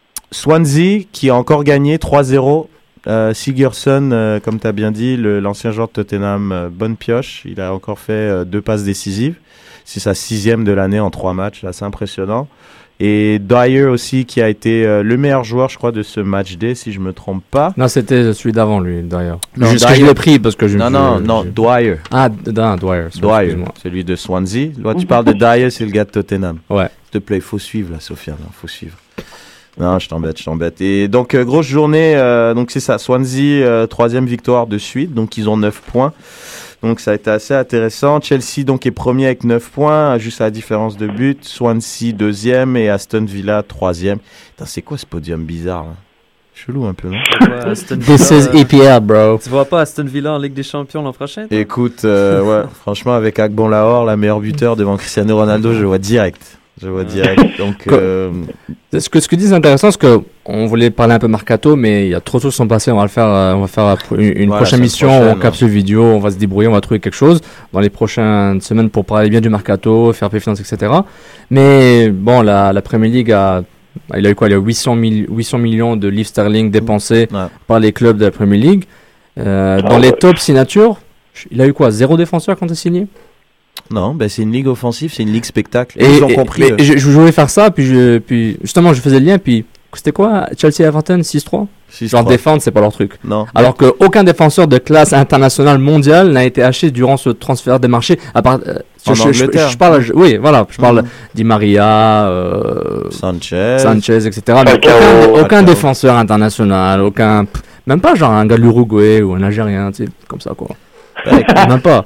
Swansea qui a encore gagné trois zéro. Euh, Sigurdsson, euh, comme tu as bien dit, le, l'ancien joueur de Tottenham, euh, bonne pioche. Il a encore fait euh, deux passes décisives. C'est sa sixième de l'année en trois matchs. Là, c'est impressionnant. Et Dwyer aussi qui a été euh, le meilleur joueur, je crois, de ce match day, si je me trompe pas. Non, c'était celui d'avant, lui, Dwyer. Non, Juste Dwyer. Que je l'ai pris parce que je. Non, je, non, je, non, je... Dwyer. Ah, non, Dwyer. Dwyer, celui de Swansea. Là, tu parles de Dwyer, c'est le gars de Tottenham. Ouais. S'il te plaît, il faut suivre, là, Sofiane. Il faut suivre. Non, je t'embête, je t'embête. Et donc, euh, grosse journée, euh, donc c'est ça, Swansea, euh, troisième victoire de suite, donc ils ont neuf points. Donc ça a été assez intéressant. Chelsea donc est premier avec neuf points, juste à la différence de but. Swansea deuxième et Aston Villa troisième. Putain, c'est quoi ce podium bizarre là? Chelou un peu, non? Ouais, This is E P L, bro. Tu vois pas Aston Villa en Ligue des Champions l'an prochain? Toi? Écoute, euh, ouais, franchement, avec Agbon Lahore, la meilleure buteur devant Cristiano Ronaldo, je vois direct. Je vois direct. Donc, euh... ce que ce que disent intéressant, c'est que on voulait parler un peu mercato, mais il y a trop de choses qui sont passées. On va le faire. Euh, on va faire une, une voilà, prochaine mission prochaine, en capsule vidéo. On va se débrouiller. On va trouver quelque chose dans les prochaines semaines pour parler bien du mercato, faire payer finance, et cetera. Mais bon, la, la Premier League a, il a eu quoi? Il y a huit cents millions de livres sterling dépensés ouais. par les clubs de la Premier League. Euh, dans les top signatures, il a eu quoi? Zéro défenseur quand il a signé? Non, ben c'est une ligue offensive, c'est une ligue spectacle. Et, ils ont et, compris. Mais je, je voulais faire ça, puis, je, puis justement, je faisais le lien, puis c'était quoi? Chelsea-Everton six trois? Genre défendre, c'est pas leur truc. Non. Alors qu'aucun défenseur de classe internationale mondiale n'a été acheté durant ce transfert des marchés. À part, euh, en je, Angleterre. Je, je parle, je, oui, voilà, je parle mmh. Di Maria, euh, Sanchez, Sanchez, et cetera. Mais aucun, aucun défenseur international, aucun, même pas genre un gars de l'Uruguay ou un Algérien, tu sais, comme ça quoi. Même pas.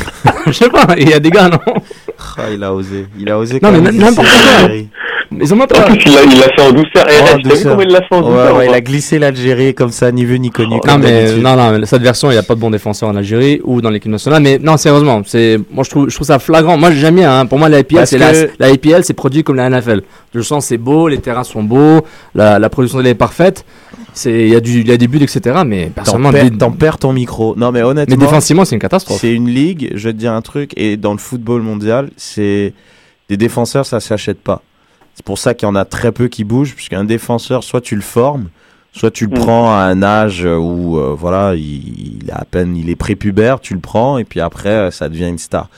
Je sais pas, il y a des gars, non? Ah, il a osé. Il a osé. Non, mais n'importe quoi. Ils ont même pas. Il l'a, il l'a fait en douceur. Et oh, t'as vu comment il l'a fait en douceur? Ouais, ouais, il a glissé l'Algérie comme ça, ni vu ni connu. Oh, non, mais, non, non, cette version, il n'y a pas de bons défenseurs en Algérie ou dans l'équipe nationale. Mais non, sérieusement, c'est, moi, je trouve, je trouve ça flagrant. Moi, j'aime bien, hein. Pour moi, la I P L, c'est que... la, la I P L, c'est produit comme la N F L. Le sens, c'est beau, les terrains sont beaux, la, la production de lait est parfaite. C'est, il y a du, il y a des buts, et cetera. Mais personnellement, t'en, perds, t'en perds ton micro. Non, mais honnêtement. Mais défensivement, c'est une catastrophe. C'est une ligue, je vais te dire un truc, et dans le football mondial, c'est, des défenseurs, ça s'achète pas. C'est pour ça qu'il y en a très peu qui bougent, puisqu'un défenseur, soit tu le formes, soit tu le mmh. prends à un âge où, euh, voilà, il, il, a à peine, il est prépubère, tu le prends, et puis après, ça devient une star.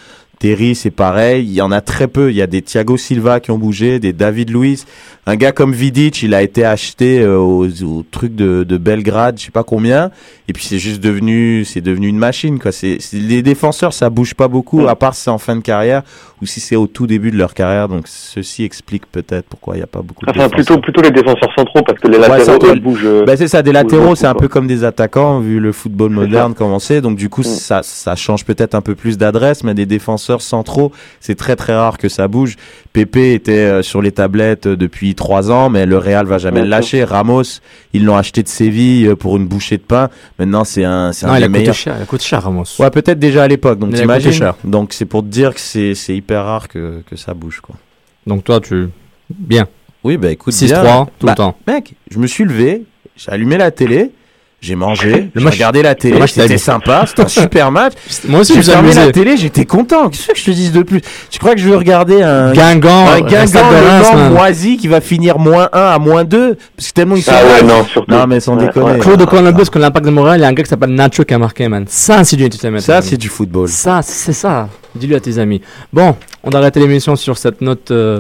Terry, c'est pareil. Il y en a très peu. Il y a des Thiago Silva qui ont bougé, des David Luiz. Un gars comme Vidic, il a été acheté euh, au, au truc de, de Belgrade, je sais pas combien. Et puis c'est juste devenu, c'est devenu une machine, quoi. C'est, c'est les défenseurs, ça bouge pas beaucoup, à part si c'est en fin de carrière ou si c'est au tout début de leur carrière. Donc ceci explique peut-être pourquoi il y a pas beaucoup de enfin, défenseurs. plutôt, plutôt les défenseurs centraux, parce que les latéraux, ouais, ça, eux, bougent. Ben c'est ça, des latéraux, beaucoup, c'est un quoi. peu comme des attaquants, vu le football moderne commencer. Donc du coup, Mm. ça, ça change peut-être un peu plus d'adresse, mais des défenseurs centraux, c'est très très rare que ça bouge. Pépé était euh, sur les tablettes euh, depuis trois ans, mais le Real va jamais Mm. le lâcher. Ramos, ils l'ont acheté de Séville euh, pour une bouchée de pain. Maintenant, c'est un, c'est Non, un il des a coûté meilleurs. cher, il a coûté cher, Ramos. Ouais, peut-être déjà à l'époque. Donc Il a coûté t'imagines. cher. Donc c'est pour te dire que c'est, c'est hyper rare que, que ça bouge, quoi. Donc toi, tu... Bien. Oui, bah écoute, six bien. trois, tout Bah, le temps. Mec, je me suis levé, j'ai allumé la télé, j'ai mangé, Le j'ai match- regardé la télé, le match, c'était t'as sympa, c'était un super match. Moi aussi, je J'ai me suis fermé amusé. la télé, j'étais content. Qu'est-ce que je te dise de plus? Tu crois que je veux regarder un Guingamp, un Stade Guingamp de Reims, Le Mans man. moisi qui va finir moins un à moins deux? Parce que tellement ils sont Ah ouais, mal. non, surtout. Non, mais sans Ouais, déconner. ouais. Claude Columbus, que l'Impact de Montréal, il y a un gars qui s'appelle Nacho qui a marqué, man. Ça, c'est du entertainment. Ça, man. c'est du football. Ça, c'est ça. Dis-le à tes amis. Bon, on a arrêté l'émission sur cette note euh,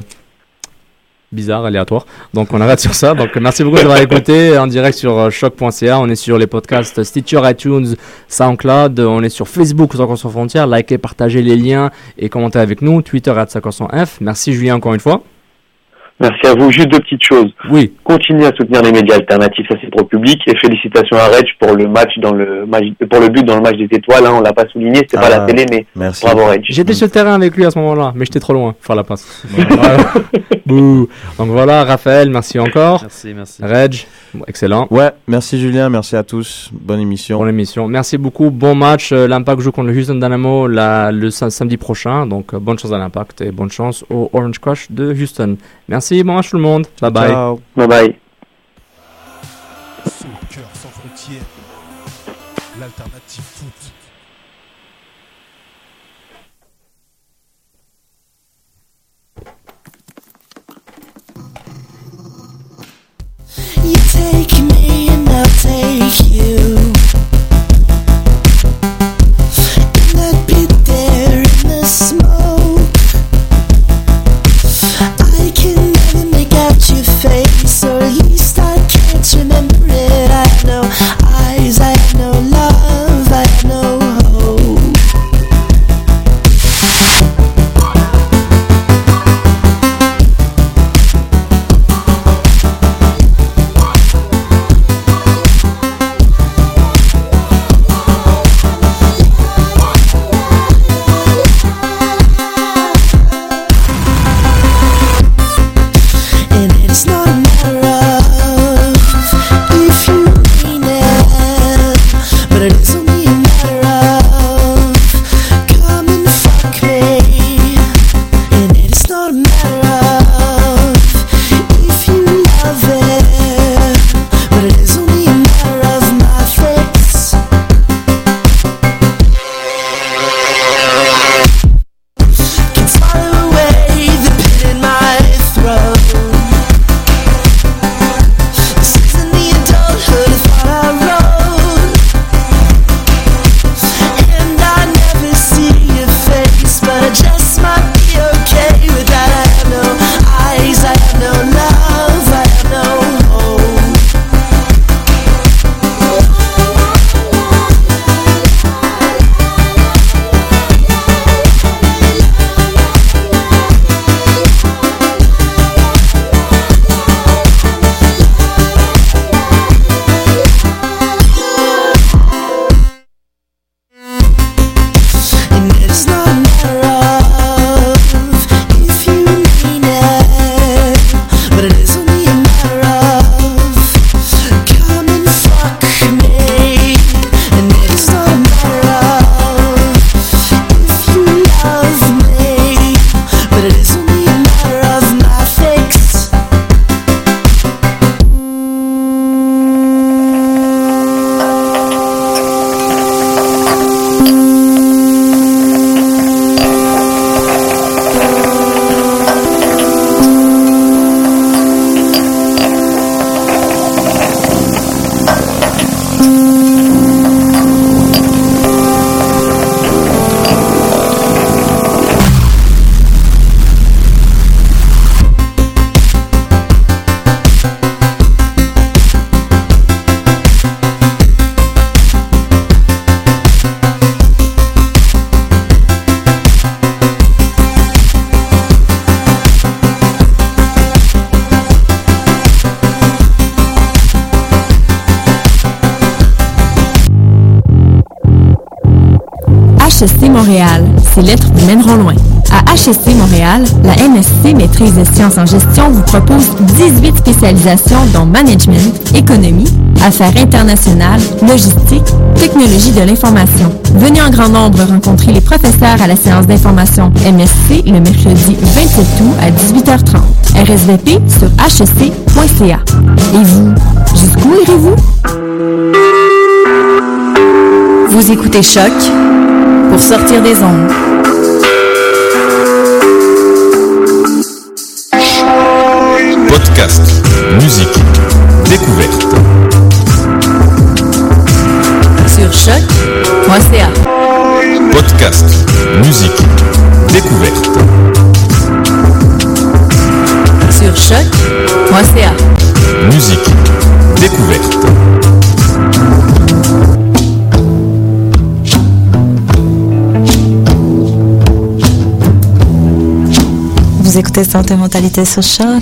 bizarre, aléatoire. Donc, on arrête sur ça. Donc, merci beaucoup d'avoir écouté en direct sur euh, choc point c a. On est sur les podcasts Stitcher, iTunes, SoundCloud. On est sur Facebook, Soccer sans frontières. Likez, partagez les liens et commentez avec nous. Twitter, arobase soccer sans f. Merci, Julien, encore une fois. Merci à vous. Juste deux petites choses. Oui. Continuez à soutenir les médias alternatifs, ça c'est pour le public. Et félicitations à Reg pour le match dans le match, pour le but dans le match des étoiles. Hein, on l'a pas souligné, c'était pas Ah, à la télé, mais Merci. bravo Reg. J'étais sur le terrain avec lui à ce moment-là, mais j'étais trop loin pour faire la passe. Bouh. Donc voilà, Raphaël, merci encore. Merci, merci. Reg, bon, excellent. Ouais, merci Julien, merci à tous. Bonne émission. Pour l'émission. Merci beaucoup. Bon match. Euh, L'Impact joue contre le Houston Dynamo la, le sam- samedi prochain. Donc, euh, bonne chance à l'Impact et bonne chance au Orange Crush de Houston. Merci. Bon match tout le monde. Bye bye. Ciao. Bye bye. Soccer sans frontières, l'alternative foot. You take me and I'll take you. In that pit there in the smoke, I can never make out your face, or at least I can't remember it. I have no eyes, I have no love, I have no hope. And it's not a matter of if you mean it, but it is only a matter of come and fuck me. And it's not a matter of if you love it, but it is only a matter of my face. Can swallow away the pit in my throat. This isn't the adulthood I thought I wrote, and I never see your face, but I just might be okay with that. I have no H S C Montréal, ces lettres vous mèneront loin. À H S C Montréal, la M S C Maîtrise des sciences en gestion vous propose dix-huit spécialisations dont management, économie, affaires internationales, logistique, technologie de l'information. Venez en grand nombre rencontrer les professeurs à la séance d'information M S C le mercredi vingt-sept août à dix-huit heures trente. R S V P sur h s c point c a. Et vous, jusqu'où irez-vous? Vous écoutez Choc pour sortir des ondes. Podcast, musique, découverte. Sur choc point c a. Podcast, musique, découverte. Sur choc point c a. Musique, découverte. Vous écoutez Santé Mentalité sur Choc.